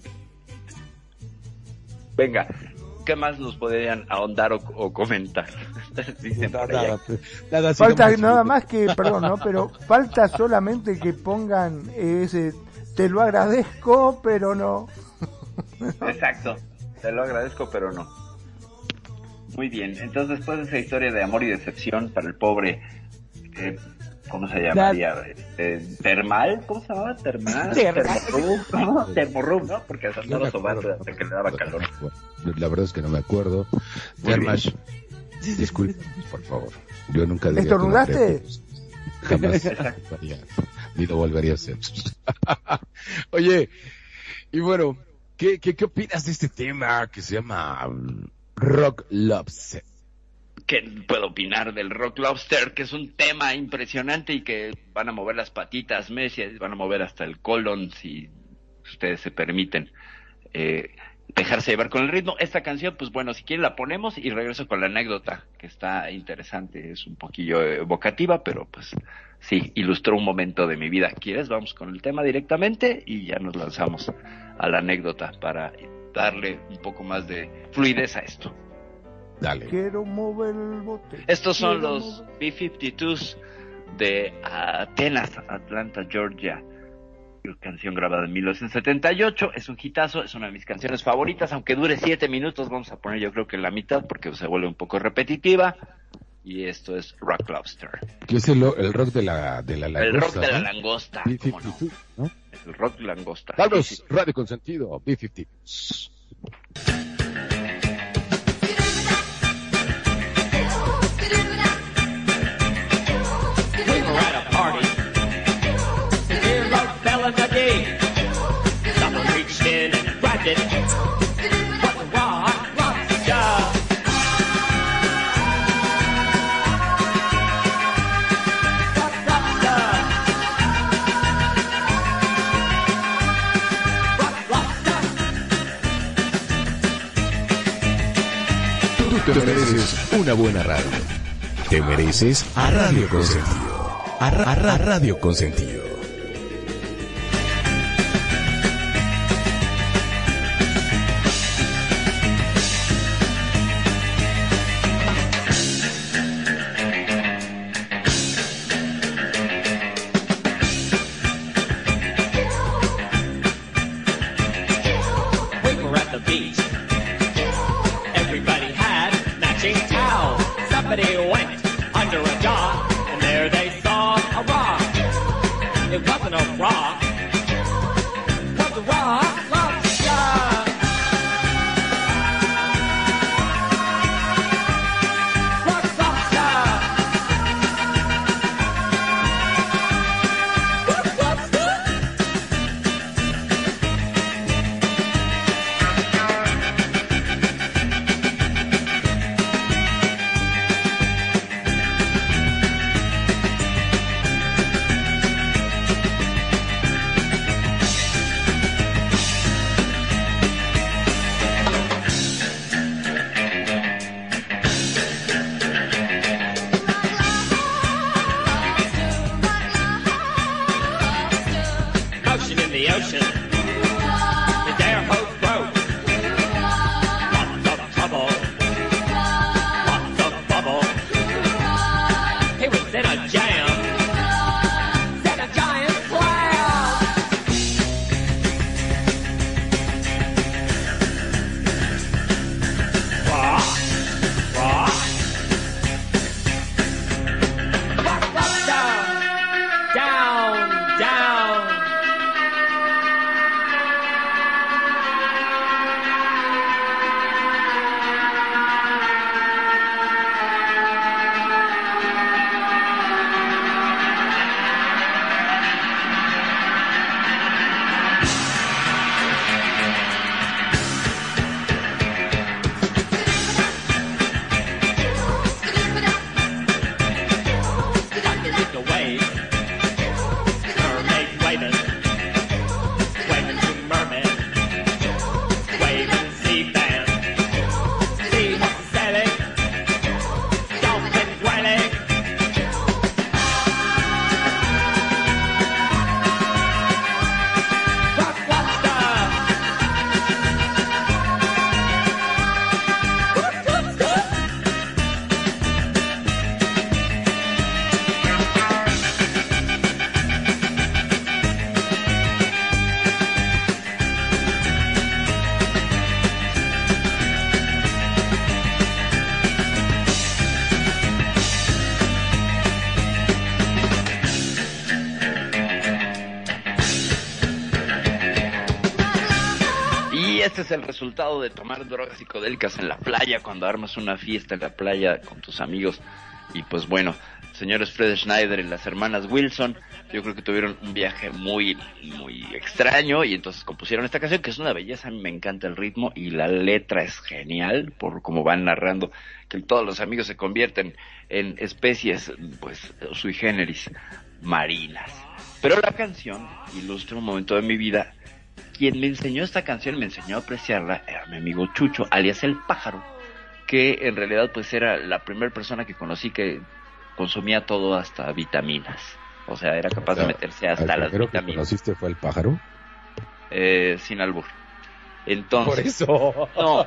Venga, ¿qué más nos podrían ahondar o, o comentar? Dicen por allá. Nada, Falta sigamos. nada más que, perdón, ¿no? Pero falta solamente que pongan ese, te lo agradezco, pero no. Exacto, te lo agradezco, pero no. Muy bien, entonces después de esa historia de amor y decepción para el pobre, eh, ¿cómo se llamaría? Eh, ¿Termal? ¿Cómo se llamaba? ¿Termal? ¿Termorrub? ¿Cómo? Termorrub, ¿no? Porque hasta No no me lo sobaste acuerdo. hasta que le daba calor. La verdad es que no me acuerdo. Muy Termas, disculpe, por favor. Yo nunca diría ¿Estornudaste? tu nombre. Jamás haría, ni lo volvería a hacer. Oye, y bueno, ¿qué, qué, ¿qué opinas de este tema que se llama um, Rock Lobster? ¿Qué puedo opinar del Rock Lobster? Que es un tema impresionante y que van a mover las patitas, Messi, van a mover hasta el colon si ustedes se permiten eh, dejarse llevar con el ritmo. Esta canción, pues bueno, si quieren la ponemos y regreso con la anécdota, que está interesante, es un poquillo evocativa, pero pues sí, ilustró un momento de mi vida. ¿Quieres? Vamos con el tema directamente y ya nos lanzamos a la anécdota para darle un poco más de fluidez a esto. Dale. Quiero mover el bote. Estos son Quiero los mover- B cincuenta y dos de Atenas, Atlanta, Georgia. Canción grabada en mil novecientos setenta y ocho. Es un hitazo, es una de mis canciones favoritas. Aunque dure siete minutos, vamos a poner yo creo que la mitad porque se vuelve un poco repetitiva. Y esto es Rock Lobster. Que es el, el rock de la, de la langosta. El rock de la ¿no? langosta. B ¿cómo cincuenta y no? dos, ¿no? El rock langosta. Carlos, Sí, sí. Radio Consentido, B cincuenta y dos. We were at a party. The dear rock fell in the deep. Someone reached in and grabbed it. What a rock lobster. Rock lobster. Rock lobster. Tú te mereces una buena radio. Te mereces a Radio Consentido. A, Ra- a Ra- Radio Consentido. We were at the beach. Everybody had matching towels. Somebody went under a dock, and there they saw a rock. It wasn't a rock. It was a rock lobster. Rock lobster. Rock lobster. Motion in the ocean. The dare hope broke. Lots of trouble. Lots of bubble. He was in a jam. Set a giant slam. Rock. Rock. este es el resultado de tomar drogas psicodélicas en la playa, cuando armas una fiesta en la playa con tus amigos. Y pues bueno, señores Fred Schneider y las hermanas Wilson, yo creo que tuvieron un viaje muy, muy extraño, y entonces compusieron esta canción, que es una belleza. A mí me encanta el ritmo y la letra es genial, por cómo van narrando que todos los amigos se convierten en especies, pues, sui generis, marinas. Pero la canción ilustra un momento de mi vida. Quien me enseñó esta canción, me enseñó a apreciarla, era mi amigo Chucho, alias El Pájaro, que en realidad pues era la primera persona que conocí que consumía todo hasta vitaminas. O sea, era capaz o sea, de meterse hasta las vitaminas. ¿El primero que conociste fue El Pájaro? Eh, sin albur. Entonces... Por eso... No.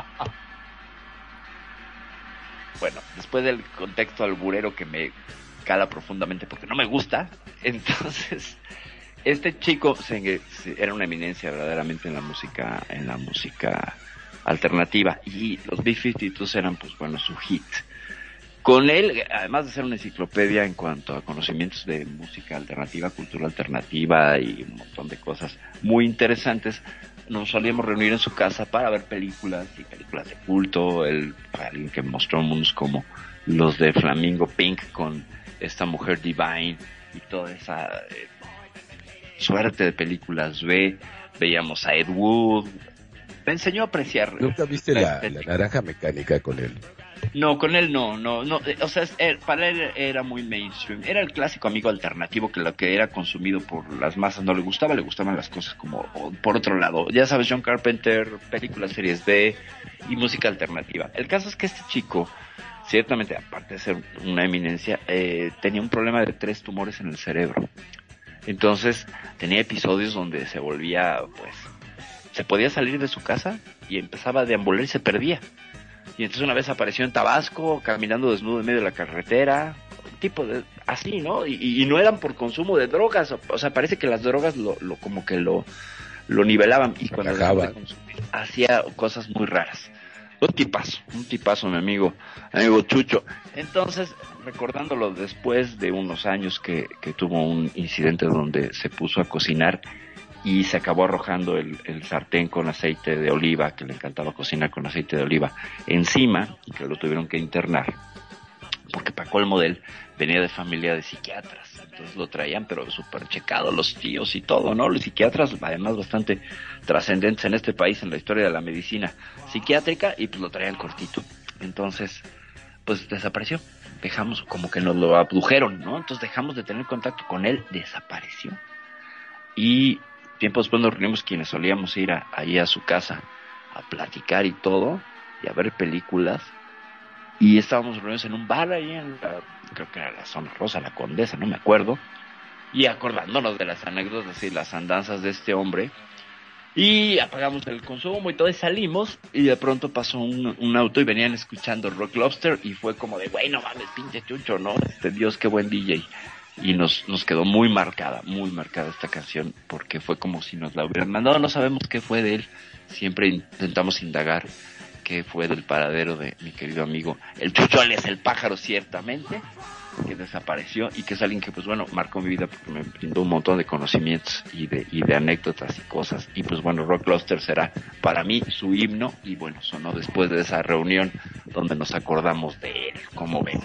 Bueno, después del contexto alburero que me cala profundamente porque no me gusta, entonces... Este chico se, se, era una eminencia verdaderamente en la música, en la música alternativa, y los B cincuenta y dos eran, pues bueno, su hit. Con él, además de ser una enciclopedia en cuanto a conocimientos de música alternativa, cultura alternativa y un montón de cosas muy interesantes, nos solíamos reunir en su casa para ver películas y películas de culto. Él fue alguien que mostró mundos como los de Flamingo Pink con esta mujer Divine y toda esa... Eh, suerte de películas B. Veíamos a Ed Wood. Me enseñó a apreciar. ¿Nunca viste la, la, la Naranja Mecánica con él? No, con él no, no, no. O sea, er, para él era muy mainstream. Era el clásico amigo alternativo que lo que era consumido por las masas no le gustaba, le gustaban las cosas como por otro lado. Ya sabes, John Carpenter, películas series B y música alternativa. El caso es que este chico, ciertamente, aparte de ser una eminencia, eh, tenía un problema de tres tumores en el cerebro. Entonces tenía episodios donde se volvía, pues, se podía salir de su casa y empezaba a deambular y se perdía. Y entonces una vez apareció en Tabasco, caminando desnudo en medio de la carretera, tipo de, así, ¿no? Y, y no eran por consumo de drogas, o, o sea, parece que las drogas lo, lo como que lo, lo nivelaban, y cuando dejaba de consumir, hacía cosas muy raras. Un tipazo, un tipazo, mi amigo, amigo Chucho. Entonces, recordándolo después de unos años que, que tuvo un incidente donde se puso a cocinar y se acabó arrojando el, el sartén con aceite de oliva, que le encantaba cocinar con aceite de oliva, encima, y que lo tuvieron que internar, porque para colmo de él, venía de familia de psiquiatras. Entonces lo traían, pero súper checado los tíos y todo, ¿no? Los psiquiatras, además, bastante trascendentes en este país, en la historia de la medicina psiquiátrica, y pues lo traían cortito. Entonces, pues desapareció. Dejamos, como que nos lo abdujeron, ¿no? Entonces dejamos de tener contacto con él, desapareció. Y tiempo después nos reunimos quienes solíamos ir a, ahí a su casa a platicar y todo, y a ver películas. Y estábamos reunidos en un bar ahí en la, creo que era la Zona Rosa, la Condesa, no me acuerdo, y acordándonos de las anécdotas y las andanzas de este hombre, y apagamos el consumo y todo, y salimos, y de pronto pasó un, un auto y venían escuchando Rock Lobster, y fue como de, güey, no mames, pinche Chucho, ¿no? Este Dios, qué buen D J. Y nos, nos quedó muy marcada, muy marcada esta canción, porque fue como si nos la hubieran mandado. No sabemos qué fue de él, siempre intentamos indagar qué fue del paradero de mi querido amigo el Chucho, alias El Pájaro, ciertamente, que desapareció, y que es alguien que, pues bueno, marcó mi vida porque me brindó un montón de conocimientos y de, y de anécdotas y cosas. Y pues bueno, Rock Lobster será para mí su himno, y bueno, sonó después de esa reunión donde nos acordamos de él, como ven.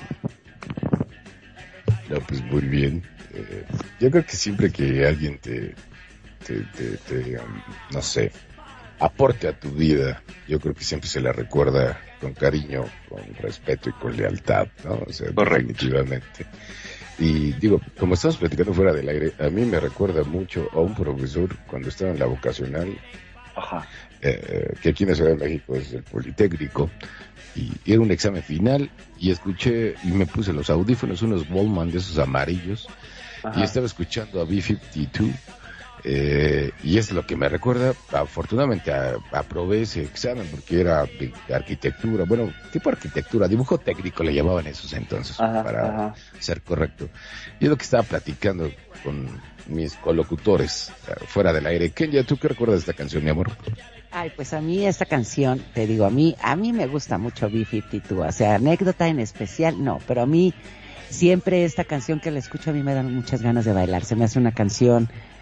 No, pues muy bien. Eh, yo creo que siempre que alguien te, te, te, te um, no sé, aporte a tu vida, yo creo que siempre se la recuerda con cariño, con respeto y con lealtad, ¿no? O sea, correcto, definitivamente. Y digo, como estamos platicando fuera del aire, a mí me recuerda mucho a un profesor cuando estaba en la vocacional, Ajá. Eh, que aquí en la Ciudad de México es el Politécnico, y era un examen final, y escuché, y me puse los audífonos, unos Wallman de esos amarillos, Ajá. y estaba escuchando a B cincuenta y dos, eh, y es lo que me recuerda. Afortunadamente a, aprobé ese examen porque era de arquitectura, bueno, tipo arquitectura, dibujo técnico le llamaban esos entonces, Ajá, para ajá. ser correcto. Y es lo que estaba platicando con mis colocutores fuera del aire. Kenya, ¿tú qué recuerdas de esta canción, mi amor? Ay, pues a mí esta canción, te digo, a mí a mí me gusta mucho B cincuenta y dos, o sea, anécdota en especial, no, pero a mí siempre esta canción que la escucho a mí me dan muchas ganas de bailar. Se me hace una canción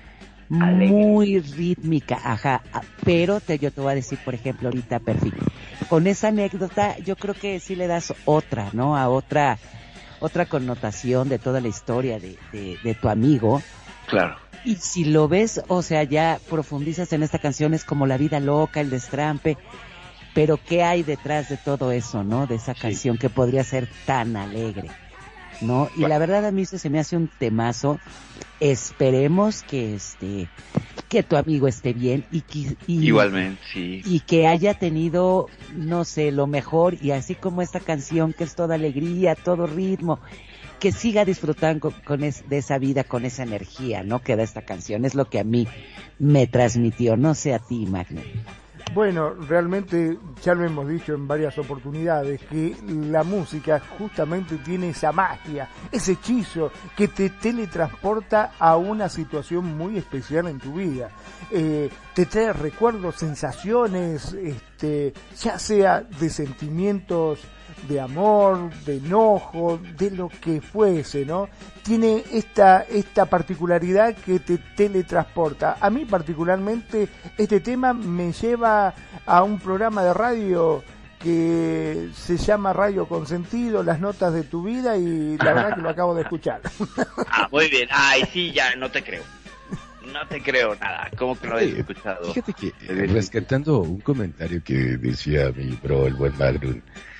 muy rítmica, ajá, pero te, yo te voy a decir, por ejemplo, ahorita, Perfi, con esa anécdota, yo creo que sí le das otra, ¿no? A otra, otra connotación de toda la historia de, de, de tu amigo. Claro. Y si lo ves, o sea, ya profundizas en esta canción, es como La Vida Loca, El Destrampe, pero ¿qué hay detrás de todo eso, no? De esa canción sí. que podría ser tan alegre, ¿no? Y bueno. la verdad a mí eso se me hace un temazo. Esperemos que este que tu amigo esté bien y que y, igualmente sí y que haya tenido, no sé, lo mejor, y así como esta canción que es toda alegría, todo ritmo, que siga disfrutando con, con es, de esa vida, con esa energía, ¿no? Que da esta canción, es lo que a mí me transmitió, no sé a ti, Magno. Bueno, realmente ya lo hemos dicho en varias oportunidades, que la música justamente tiene esa magia, ese hechizo que te teletransporta a una situación muy especial en tu vida. Eh, te trae recuerdos, sensaciones, este, ya sea de sentimientos de amor, de enojo, de lo que fuese, ¿no? Tiene esta esta particularidad que te teletransporta. A mí particularmente este tema me lleva a un programa de radio que se llama Radio Consentido, las notas de tu vida, y la verdad que lo acabo de escuchar. Ah, muy bien. Ay, sí, ya no te creo. No te creo nada. ¿Cómo que no habéis escuchado? Fíjate que, eh, rescatando un comentario que decía mi bro, el buen Magnum,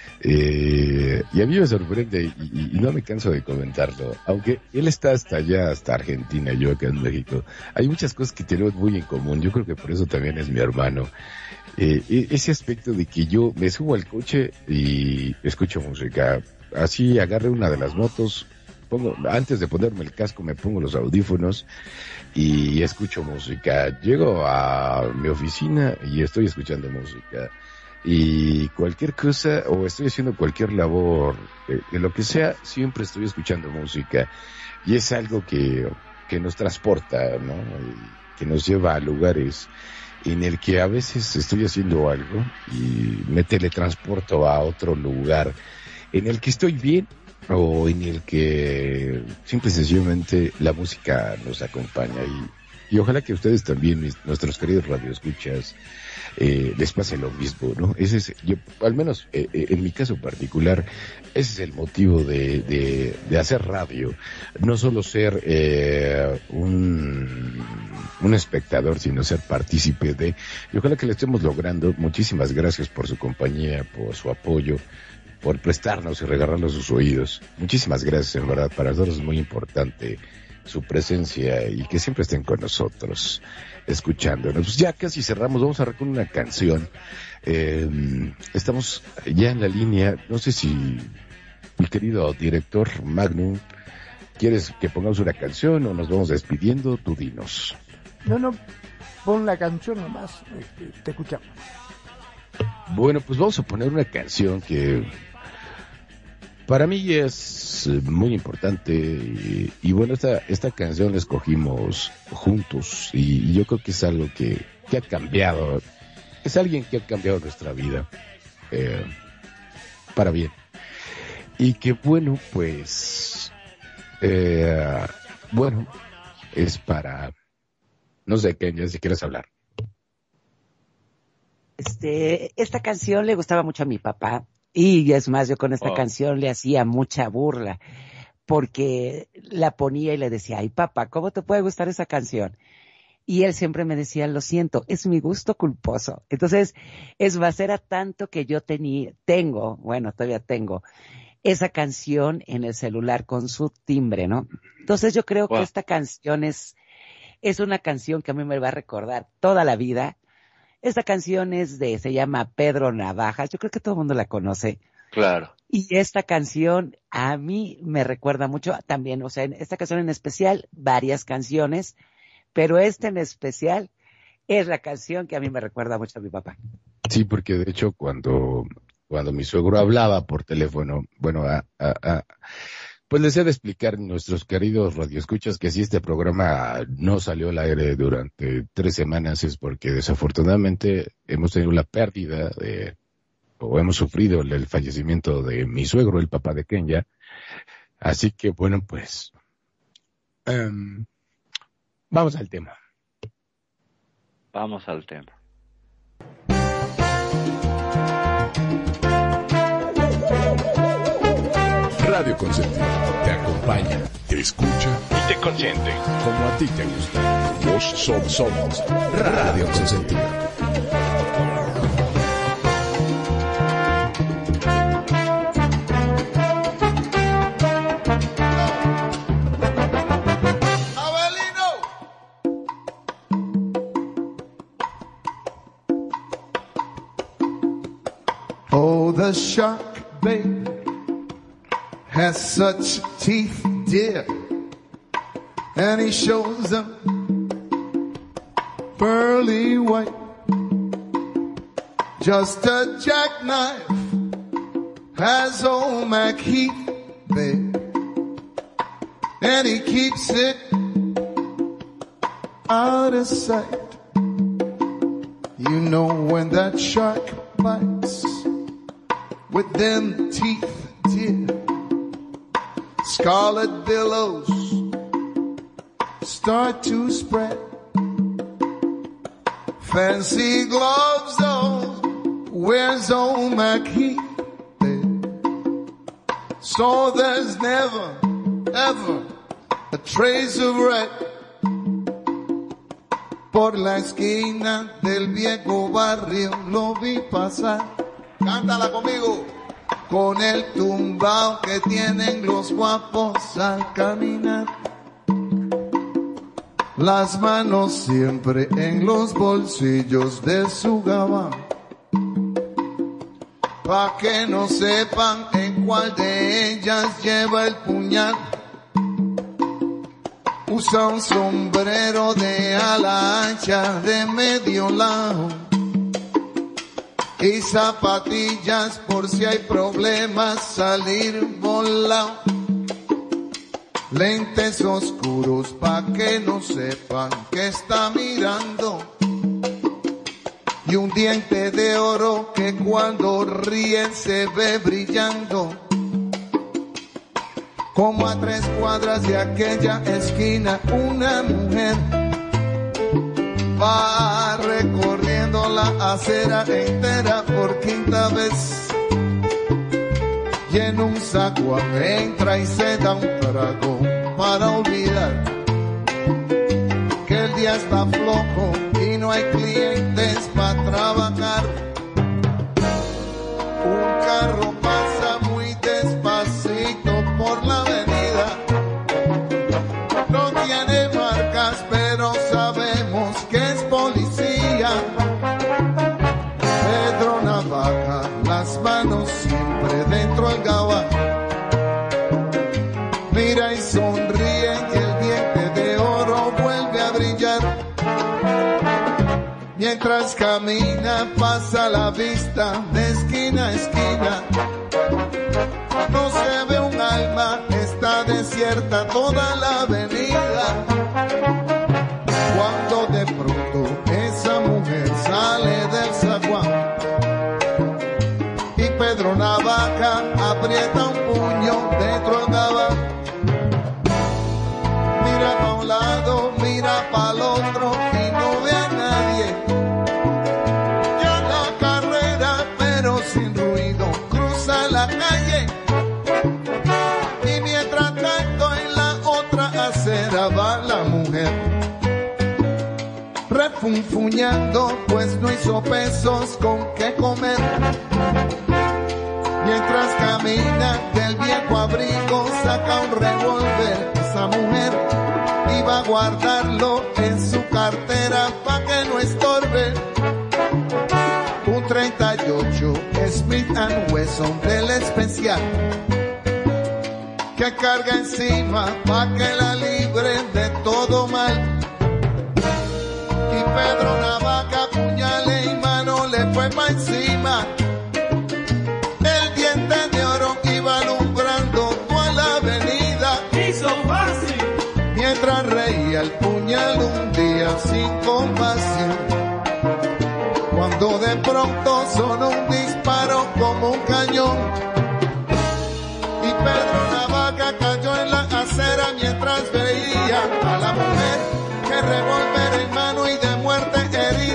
Eh, y a mí me sorprende y, y, y no me canso de comentarlo, aunque él está hasta allá, hasta Argentina, yo acá en México. Hay muchas cosas que tenemos muy en común, yo creo que por eso también es mi hermano. Eh, ese aspecto de que yo me subo al coche y escucho música, así agarre una de las motos, pongo, antes de ponerme el casco me pongo los audífonos y escucho música. Llego a mi oficina y estoy escuchando música. Y cualquier cosa, o estoy haciendo cualquier labor, de, de lo que sea, siempre estoy escuchando música. Y es algo que, que nos transporta, ¿no? Y que nos lleva a lugares en el que a veces estoy haciendo algo y me teletransporto a otro lugar en el que estoy bien, o en el que simple y sencillamente la música nos acompaña. Y, y ojalá que ustedes también, mis, nuestros queridos radioescuchas, Eh, les pase lo mismo, ¿no? Ese es, yo, al menos eh, en mi caso particular, ese es el motivo de, de, de hacer radio. No solo ser eh, un, un espectador, sino ser partícipe de, y ojalá que lo estemos logrando. Muchísimas gracias por su compañía, por su apoyo, por prestarnos y regalarnos sus oídos. Muchísimas gracias, en verdad, para nosotros es muy importante su presencia y que siempre estén con nosotros, escuchándonos. Pues ya casi cerramos, vamos a arrancar con una canción. Eh, estamos ya en la línea, no sé si mi querido director Magnum, ¿quieres que pongamos una canción o nos vamos despidiendo? Tú dinos. No, no, pon la canción nomás, este, te escuchamos. Bueno, pues vamos a poner una canción que para mí es muy importante y, y bueno, esta esta canción la escogimos juntos y, y yo creo que es algo que, que ha cambiado, es alguien que ha cambiado nuestra vida eh, para bien. Y que bueno, pues, eh, bueno, es para, no sé, Kenia, si quieres hablar. Este, esta canción le gustaba mucho a mi papá. Y es más, yo con esta oh. canción le hacía mucha burla, porque la ponía y le decía, ay papá, ¿cómo te puede gustar esa canción? Y él siempre me decía, lo siento, es mi gusto culposo. Entonces, es más, era tanto que yo tenía, tengo, bueno, todavía tengo, esa canción en el celular con su timbre, ¿no? Entonces yo creo wow. que esta canción es, es una canción que a mí me va a recordar toda la vida. Esta canción es de, se llama Pedro Navajas, yo creo que todo el mundo la conoce. Claro. Y esta canción a mí me recuerda mucho también, o sea, esta canción en especial, varias canciones, pero esta en especial es la canción que a mí me recuerda mucho a mi papá. Sí, porque de hecho cuando, cuando mi suegro hablaba por teléfono, bueno, a, a, a pues les he de explicar a nuestros queridos radioescuchas que si este programa no salió al aire durante tres semanas es porque desafortunadamente hemos tenido la pérdida de, o hemos sufrido el fallecimiento de mi suegro, el papá de Kenya. Así que bueno, pues, um, vamos al tema. Vamos al tema. Radio Consentido te acompaña, te escucha y te consiente como a ti te gusta. Vos somos, somos Radio Consentido. Oh, the shark, baby, has such teeth, dear, and he shows them pearly white, just a jackknife has old Mac Heath, babe, and he keeps it out of sight. You know when that shark bites with them teeth, dear, scarlet billows start to spread. Fancy gloves, though, where's old Mac Heath? So there's never, ever a trace of red. Por la esquina del viejo barrio lo vi pasar. Cántala conmigo. Con el tumbao que tienen los guapos al caminar. Las manos siempre en los bolsillos de su gabán. Pa' que no sepan en cuál de ellas lleva el puñal. Usa un sombrero de ala ancha de medio lado y zapatillas por si hay problemas salir volado. Lentes oscuros pa' que no sepan que está mirando. Y un diente de oro que cuando ríe se ve brillando. Como a tres cuadras de aquella esquina una mujer va recorriendo la acera entera por quinta vez. Y en un zaguán entra y se da un trago para olvidar que el día está flojo y no hay clientes para trabajar. Un carro pasa muy despacito por la avenida. No tiene marcas, pero sabemos que es policía. Pedro Navaja, las manos siempre dentro del gabán. Mira y sonríe y el diente de oro vuelve a brillar. Mientras camina pasa la vista de esquina a esquina. No se ve un alma, está desierta toda la avenida. Cuando de pronto esa mujer sale del zaguán y Pedro Navaja aprieta un puño dentro del gabán. Mira pa' un lado, mira pa' el otro y no ve a nadie. Ya la carrera, pero sin ruido, cruza la calle. Y mientras tanto en la otra acera va la mujer, refunfuñando, pues no hizo pesos con qué comer. Mientras camina del viejo abrigo saca un revólver esa mujer y va a guardarlo en su cartera pa' que no estorbe. Un treinta y ocho Smith and Wesson del especial que carga encima pa' que la libre de todo mal. Y Pedro Navaja, puñale y mano le fue pa' encima. El diente de oro iba alumbrando toda la avenida. Hizo fácil. Mientras reía el puñal un día sin compasión. Cuando de pronto sonó un disparo como un cañón. Y Pedro Navaja cayó en la acera mientras veía a la mujer que revólver en mano y de muerte herida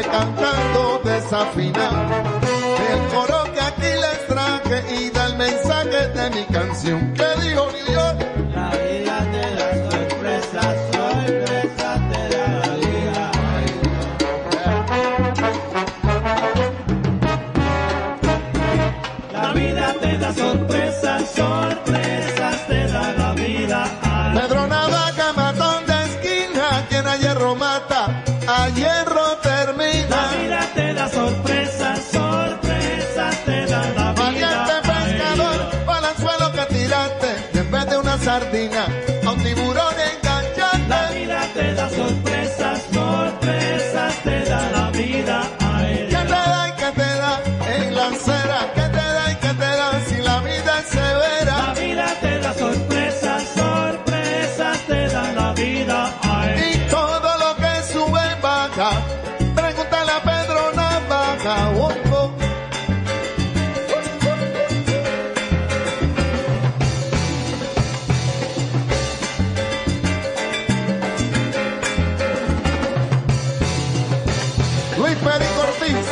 cantando desafinado. El coro que aquí les traje y da el mensaje de mi canción. ¿Qué dijo New York? La vida te da sorpresas, sorpresas te da la vida. La vida te da sorpresas, sorpresas te da la vida. Pedro Navaja, matón de esquina, quien a hierro mata, a hierro termina. La vida te da sorpresas, sorpresas te da la vida. Valiente pescador, para el suelo que tiraste, en vez de una sardina, a un tiburón enganchaste. La vida te da sorpresas, sorpresas te da la vida. ¿Qué te da y qué te da en la acera? ¿Qué te da y qué te da si la vida es severa? La vida te da sorpresas, sorpresas te da la vida. Y todo lo que sube y baja, pregúntale a Pedro Navaja. Oh, oh. Luis Perico Ortiz.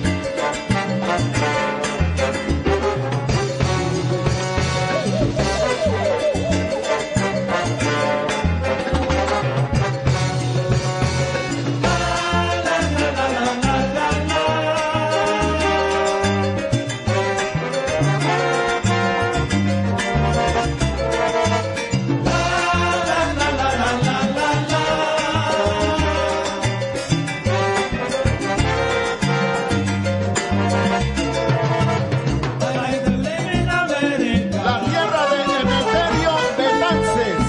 La tierra de Emeterio Betances.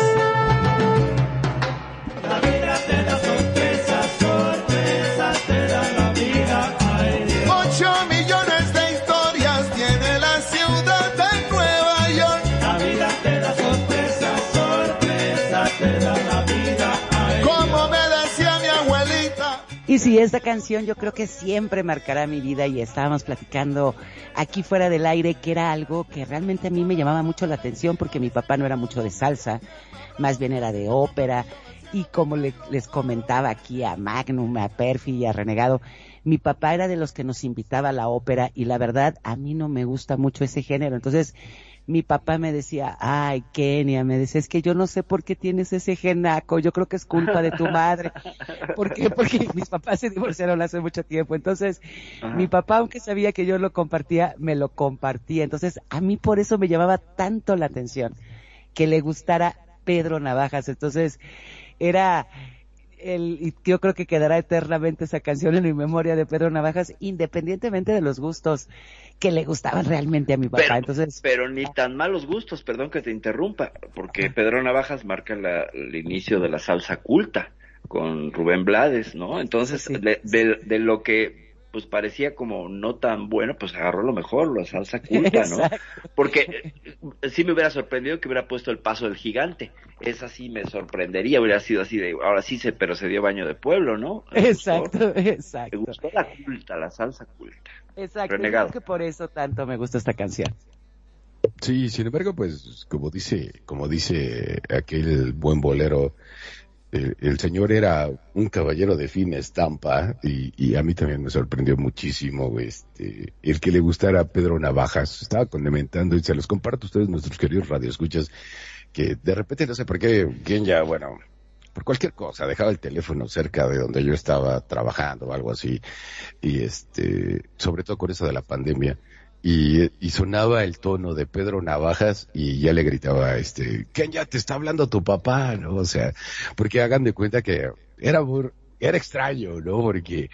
La vida te da sorpresas, sorpresas te da la vida. Ocho millones de historias tiene la ciudad de Nueva York. La vida te da sorpresas, sorpresas te da la vida. Como me decía mi abuelita. Y sí, esta canción yo creo que siempre marcará mi vida, y estábamos platicando aquí fuera del aire que era algo que realmente a mí me llamaba mucho la atención, porque mi papá no era mucho de salsa, más bien era de ópera, y como le, les comentaba aquí a Magnum, a Perfi y a Renegado, mi papá era de los que nos invitaba a la ópera, y la verdad a mí no me gusta mucho ese género. Entonces mi papá me decía, ay, Kenia, me decía, es que yo no sé por qué tienes ese genaco, yo creo que es culpa de tu madre. ¿Por qué? Porque mis papás se divorciaron hace mucho tiempo. Entonces, ajá, mi papá, aunque sabía que yo lo compartía, me lo compartía. Entonces, a mí por eso me llamaba tanto la atención que le gustara Pedro Navajas. Entonces, era... El, y yo creo que quedará eternamente esa canción en mi memoria de Pedro Navajas, independientemente de los gustos que le gustaban realmente a mi papá. Pero, Entonces, pero ni tan malos gustos, perdón que te interrumpa, porque Pedro Navajas marca la, el inicio de la salsa culta con Rubén Blades, ¿no? Entonces, sí, de, de, de lo que pues parecía como no tan bueno, pues agarró lo mejor, la salsa culta, ¿no? Exacto. Porque eh, sí me hubiera sorprendido que hubiera puesto El Paso del Gigante. Esa sí me sorprendería, hubiera sido así de, ahora sí se, pero se dio baño de pueblo, ¿no? Me exacto, gustó, exacto. Me gustó la culta, la salsa culta. Exacto, creo que por eso tanto me gusta esta canción. Sí, sin embargo, pues, como dice, como dice aquel buen bolero, El, el señor era un caballero de fina estampa, y, y a mí también me sorprendió muchísimo este el que le gustara a Pedro Navajas. Estaba condimentando, y se los comparto a ustedes, nuestros queridos radioescuchas, que de repente no sé por qué, quién ya, bueno, por cualquier cosa, dejaba el teléfono cerca de donde yo estaba trabajando o algo así, y este, sobre todo con eso de la pandemia, Y, y sonaba el tono de Pedro Navajas, y ya le gritaba, este, ¿quién ya te está hablando tu papá? ¿No? O sea, porque hagan de cuenta que era muy, era extraño, ¿no? Porque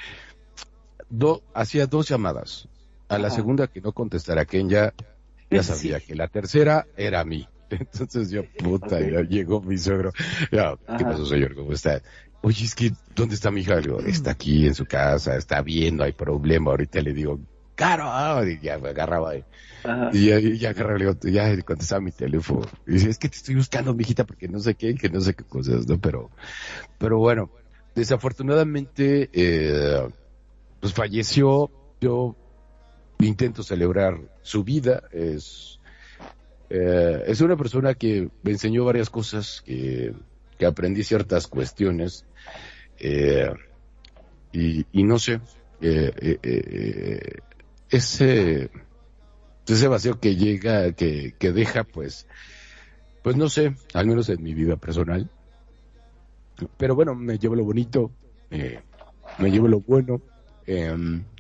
do, hacía dos llamadas. A la Ajá. segunda que no contestara Kenya, ya sabía sí. que la tercera era a mí. Entonces yo, puta, okay. ya llegó mi suegro. Ya, ¿qué pasó, señor? ¿Cómo está? Oye, es que, ¿dónde está mi hija? Le digo, está aquí en su casa, está bien, no hay problema. Ahorita le digo, claro, y ya me agarraba ahí. Ajá. Y ya, ya agarraba, le digo, ya contestaba mi teléfono. Y dice, es que te estoy buscando, mijita, porque no sé qué, que no sé qué cosas, ¿no? Pero, pero bueno, desafortunadamente, eh, pues falleció. Yo intento celebrar su vida. Es, eh, es una persona que me enseñó varias cosas, que, que aprendí ciertas cuestiones. Eh, y, y no sé, eh, eh, eh, ese, ese vacío que llega, que, que deja, pues, pues no sé, al menos en mi vida personal. Pero bueno, me llevo lo bonito, eh, me llevo lo bueno, eh,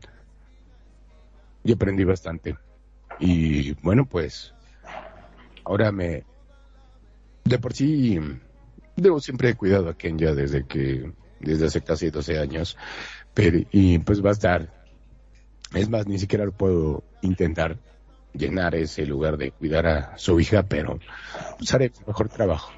y aprendí bastante. Y bueno, pues, ahora me, de por sí, debo siempre he cuidado a Kenya desde que, desde hace casi doce años, pero, y pues va a estar, es más, ni siquiera puedo intentar llenar ese lugar de cuidar a su hija, pero pues haré el mejor trabajo.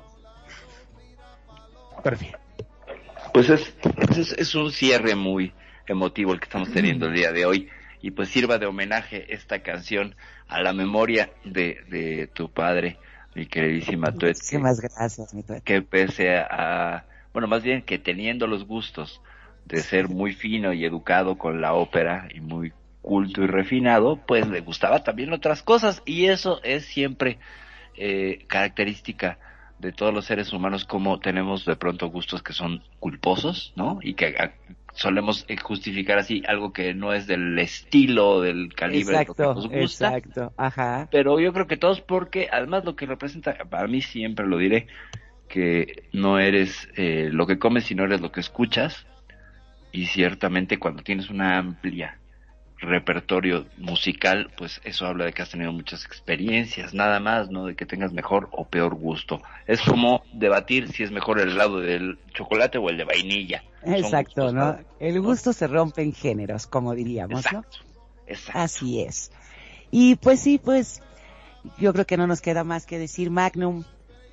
Perfecto. Pues es, es, es un cierre muy emotivo el que estamos teniendo el día de hoy, y pues sirva de homenaje esta canción a la memoria de, de tu padre, mi queridísima Tuet. Muchísimas gracias, mi Tuet. Que pese a, bueno, más bien que teniendo los gustos de ser muy fino y educado con la ópera y muy culto y refinado, pues le gustaba también otras cosas, y eso es siempre eh, característica de todos los seres humanos, como tenemos de pronto gustos que son culposos, ¿no? Y que a, solemos justificar así algo que no es del estilo, del calibre exacto, de lo que nos gusta. Exacto, ajá. Pero yo creo que todos, porque además lo que representa, para mí siempre lo diré, que no eres eh, lo que comes, sino eres lo que escuchas, y ciertamente cuando tienes una amplia repertorio musical, pues eso habla de que has tenido muchas experiencias, nada más, no de que tengas mejor o peor gusto. Es como debatir si es mejor el helado del chocolate o el de vainilla. Exacto, gustos, ¿no? El gusto ¿no? se rompe en géneros, como diríamos, exacto, ¿no? Exacto. Así es. Y pues sí, pues yo creo que no nos queda más que decir, Magnum.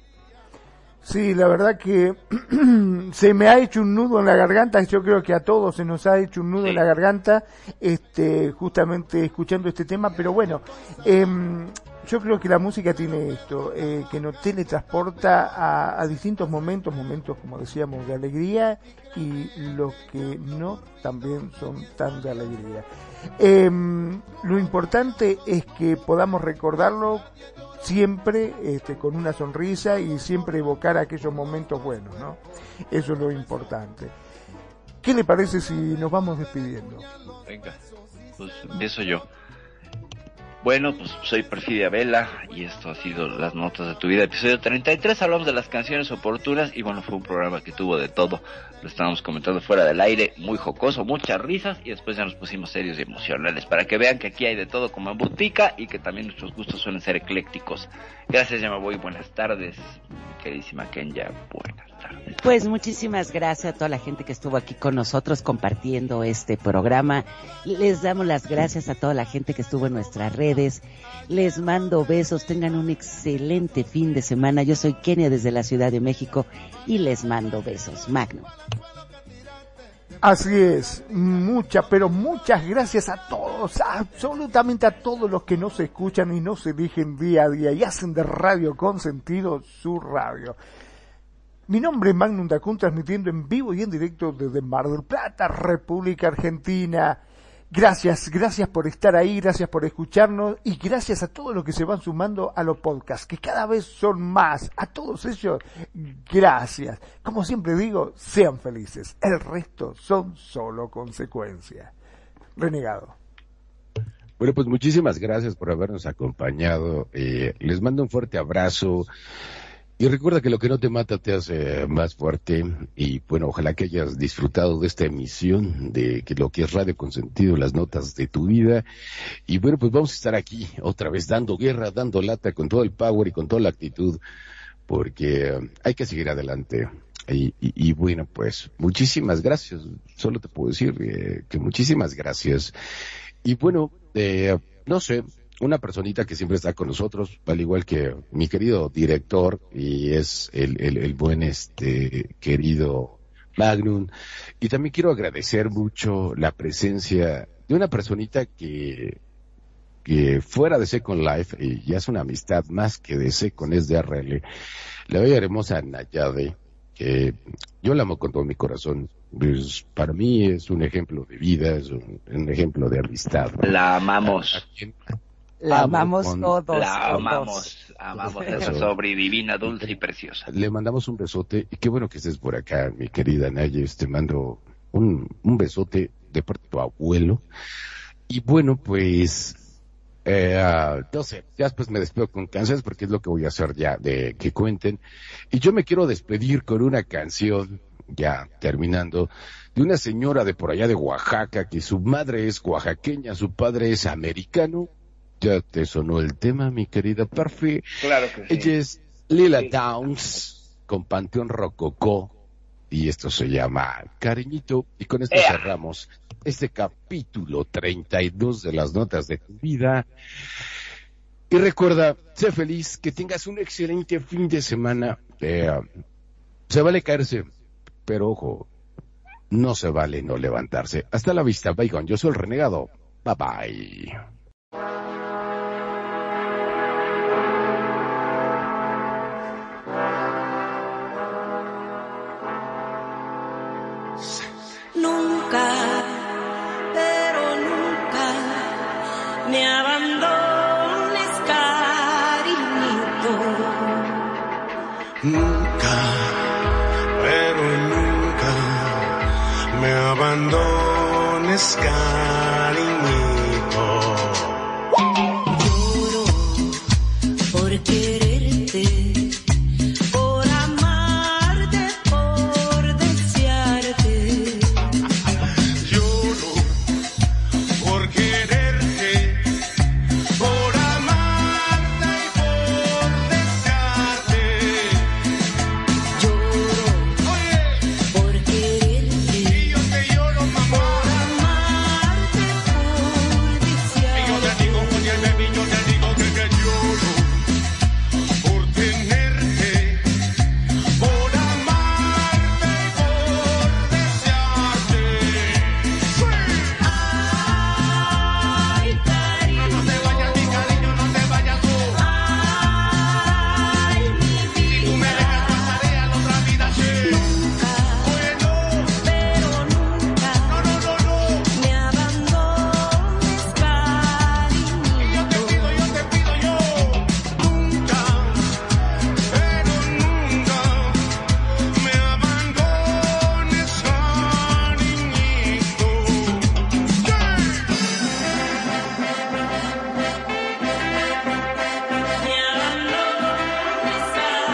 Sí, la verdad que se me ha hecho un nudo en la garganta, yo creo que a todos se nos ha hecho un nudo sí. en la garganta, este, justamente escuchando este tema, pero bueno, eh, yo creo que la música tiene esto, eh, que nos teletransporta a, a distintos momentos, momentos como decíamos de alegría y los que no también son tan de alegría. Eh, lo importante es que podamos recordarlo siempre este, con una sonrisa y siempre evocar aquellos momentos buenos, ¿no? Eso es lo importante. ¿Qué le parece si nos vamos despidiendo? Venga, pues empiezo yo. Bueno, pues soy Perfidia Vela y esto ha sido Las Notas de tu Vida, episodio treinta y tres. Hablamos de las canciones oportunas y bueno, fue un programa que tuvo de todo. Lo estábamos comentando fuera del aire, muy jocoso, muchas risas, y después ya nos pusimos serios y emocionales para que vean que aquí hay de todo como en botica y que también nuestros gustos suelen ser eclécticos. Gracias, ya me voy. Buenas tardes, mi queridísima Kenya. Buenas tardes. Pues muchísimas gracias a toda la gente que estuvo aquí con nosotros compartiendo este programa. Les damos las gracias a toda la gente que estuvo en nuestras redes. Les mando besos, tengan un excelente fin de semana. Yo soy Kenia desde la Ciudad de México y les mando besos. Magno. Así es, muchas, pero muchas gracias a todos, absolutamente a todos los que nos escuchan y nos eligen día a día y hacen de Radio Consentido su radio. Mi nombre es Magnum Dacun, transmitiendo en vivo y en directo desde Mar del Plata, República Argentina. Gracias, gracias por estar ahí, gracias por escucharnos y gracias a todos los que se van sumando a los podcasts, que cada vez son más. A todos ellos, gracias. Como siempre digo, sean felices. El resto son solo consecuencias. Renegado. Bueno, pues muchísimas gracias por habernos acompañado. Eh, les mando un fuerte abrazo. Y recuerda que lo que no te mata te hace más fuerte. Y bueno, ojalá que hayas disfrutado de esta emisión de que lo que es Radio Consentido, Las Notas de tu Vida. Y bueno, pues vamos a estar aquí otra vez dando guerra, dando lata con todo el power y con toda la actitud, porque hay que seguir adelante. Y, y, y bueno, pues muchísimas gracias. Solo te puedo decir eh, que muchísimas gracias. Y bueno, eh, no sé, una personita que siempre está con nosotros, al igual que mi querido director, y es el, el, el buen este querido Magnum. Y también quiero agradecer mucho la presencia de una personita que, que fuera de Second Life, y ya es una amistad más que de Second, es de R L, la bella hermosa Nayade, que yo la amo con todo mi corazón. Pues para mí es un ejemplo de vida, es un, un ejemplo de amistad. La amamos. ¿A, a quién? La amamos con, todos. La todos. amamos, amamos esa sobredivina, dulce y preciosa. Le mandamos un besote y qué bueno que estés por acá, mi querida Nayes. Te mando un, un besote de parte de tu abuelo. Y bueno, pues, eh, uh, no sé, ya después me despido con canciones porque es lo que voy a hacer ya de que cuenten. Y yo me quiero despedir con una canción, ya terminando, de una señora de por allá de Oaxaca, que su madre es oaxaqueña, su padre es americano. Ya te sonó el tema, mi querida Perfi. Claro que sí. Ella es Lila Downs, con Panteón Rococó, y esto se llama Cariñito, y con esto ¡Ea! cerramos este capítulo treinta y dos de las notas de tu vida. Y recuerda, sé feliz, que tengas un excelente fin de semana. Eh, se vale caerse, pero ojo, no se vale no levantarse. Hasta la vista, Bacon. Yo soy el Renegado. Bye bye. Nunca, pero nunca me abandones, cariñito. Nunca, pero nunca me abandones, cariñito. Lloro por quererte, por amarte, por desearte. Lloro por quererte, por amarte y por desearte. Lloro Oye, por quererte, y yo te lloro, mamá. por amarte, por Y yo desearte. te digo, oye, baby, yo te digo que te lloro por tenerte, por amarte y por desearte. Ay, cariño, No te vayas, mi cariño, no te vayas tú. ay, mi Si tú me vida. dejas, pasaré a la otra vida, sí. Nunca, Oye, no, pero nunca no, no, no, no. me abandones, Y yo te pido, cariñito. yo te pido, yo. Nunca, pero nunca me abandones, cariñito. Me abandones,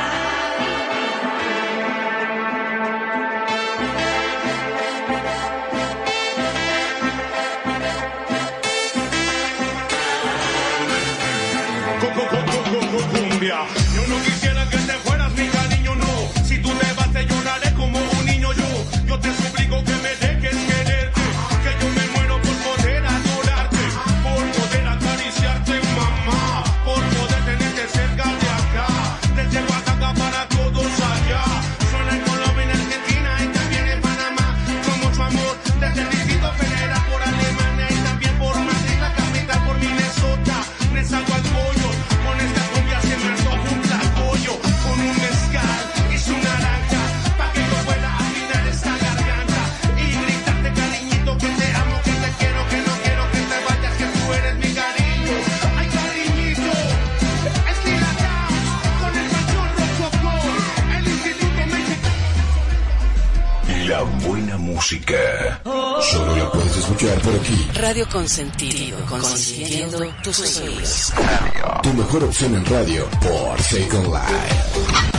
Co- co- co- co- co- co- cumbia. Yo no quisiera que te fueras, mi cariño, no. Si tú te vas, te lloraré como un niño yo. Yo te suplico que me dejes quererte, que yo me muero por poder adorarte, por poder acariciarte, mamá, por poder tenerte cerca de acá, desde Oaxaca para todos allá. Suena en Colombia, en Argentina y también en Panamá, con mucho amor, desde el distrito federal por Alemania y también por Madrid, la capital, por Minnesota. Nezahualcóyotl, con esta cumbia se me antoja un tlacoyo, con un mezcal y su naranja, pa' que yo pueda afinar esta garganta y gritarte, cariñito, que te amo, que te quiero, que no quiero que te vayas, que tú eres mi cariño. Ay, cariñito, es Lila Downs, con el Panteón Rococó, el Instituto Mexicano. La buena música solo la puedes escuchar por aquí. Radio Consentido, consintiendo tus oídos. Tu mejor opción en radio por Second Life.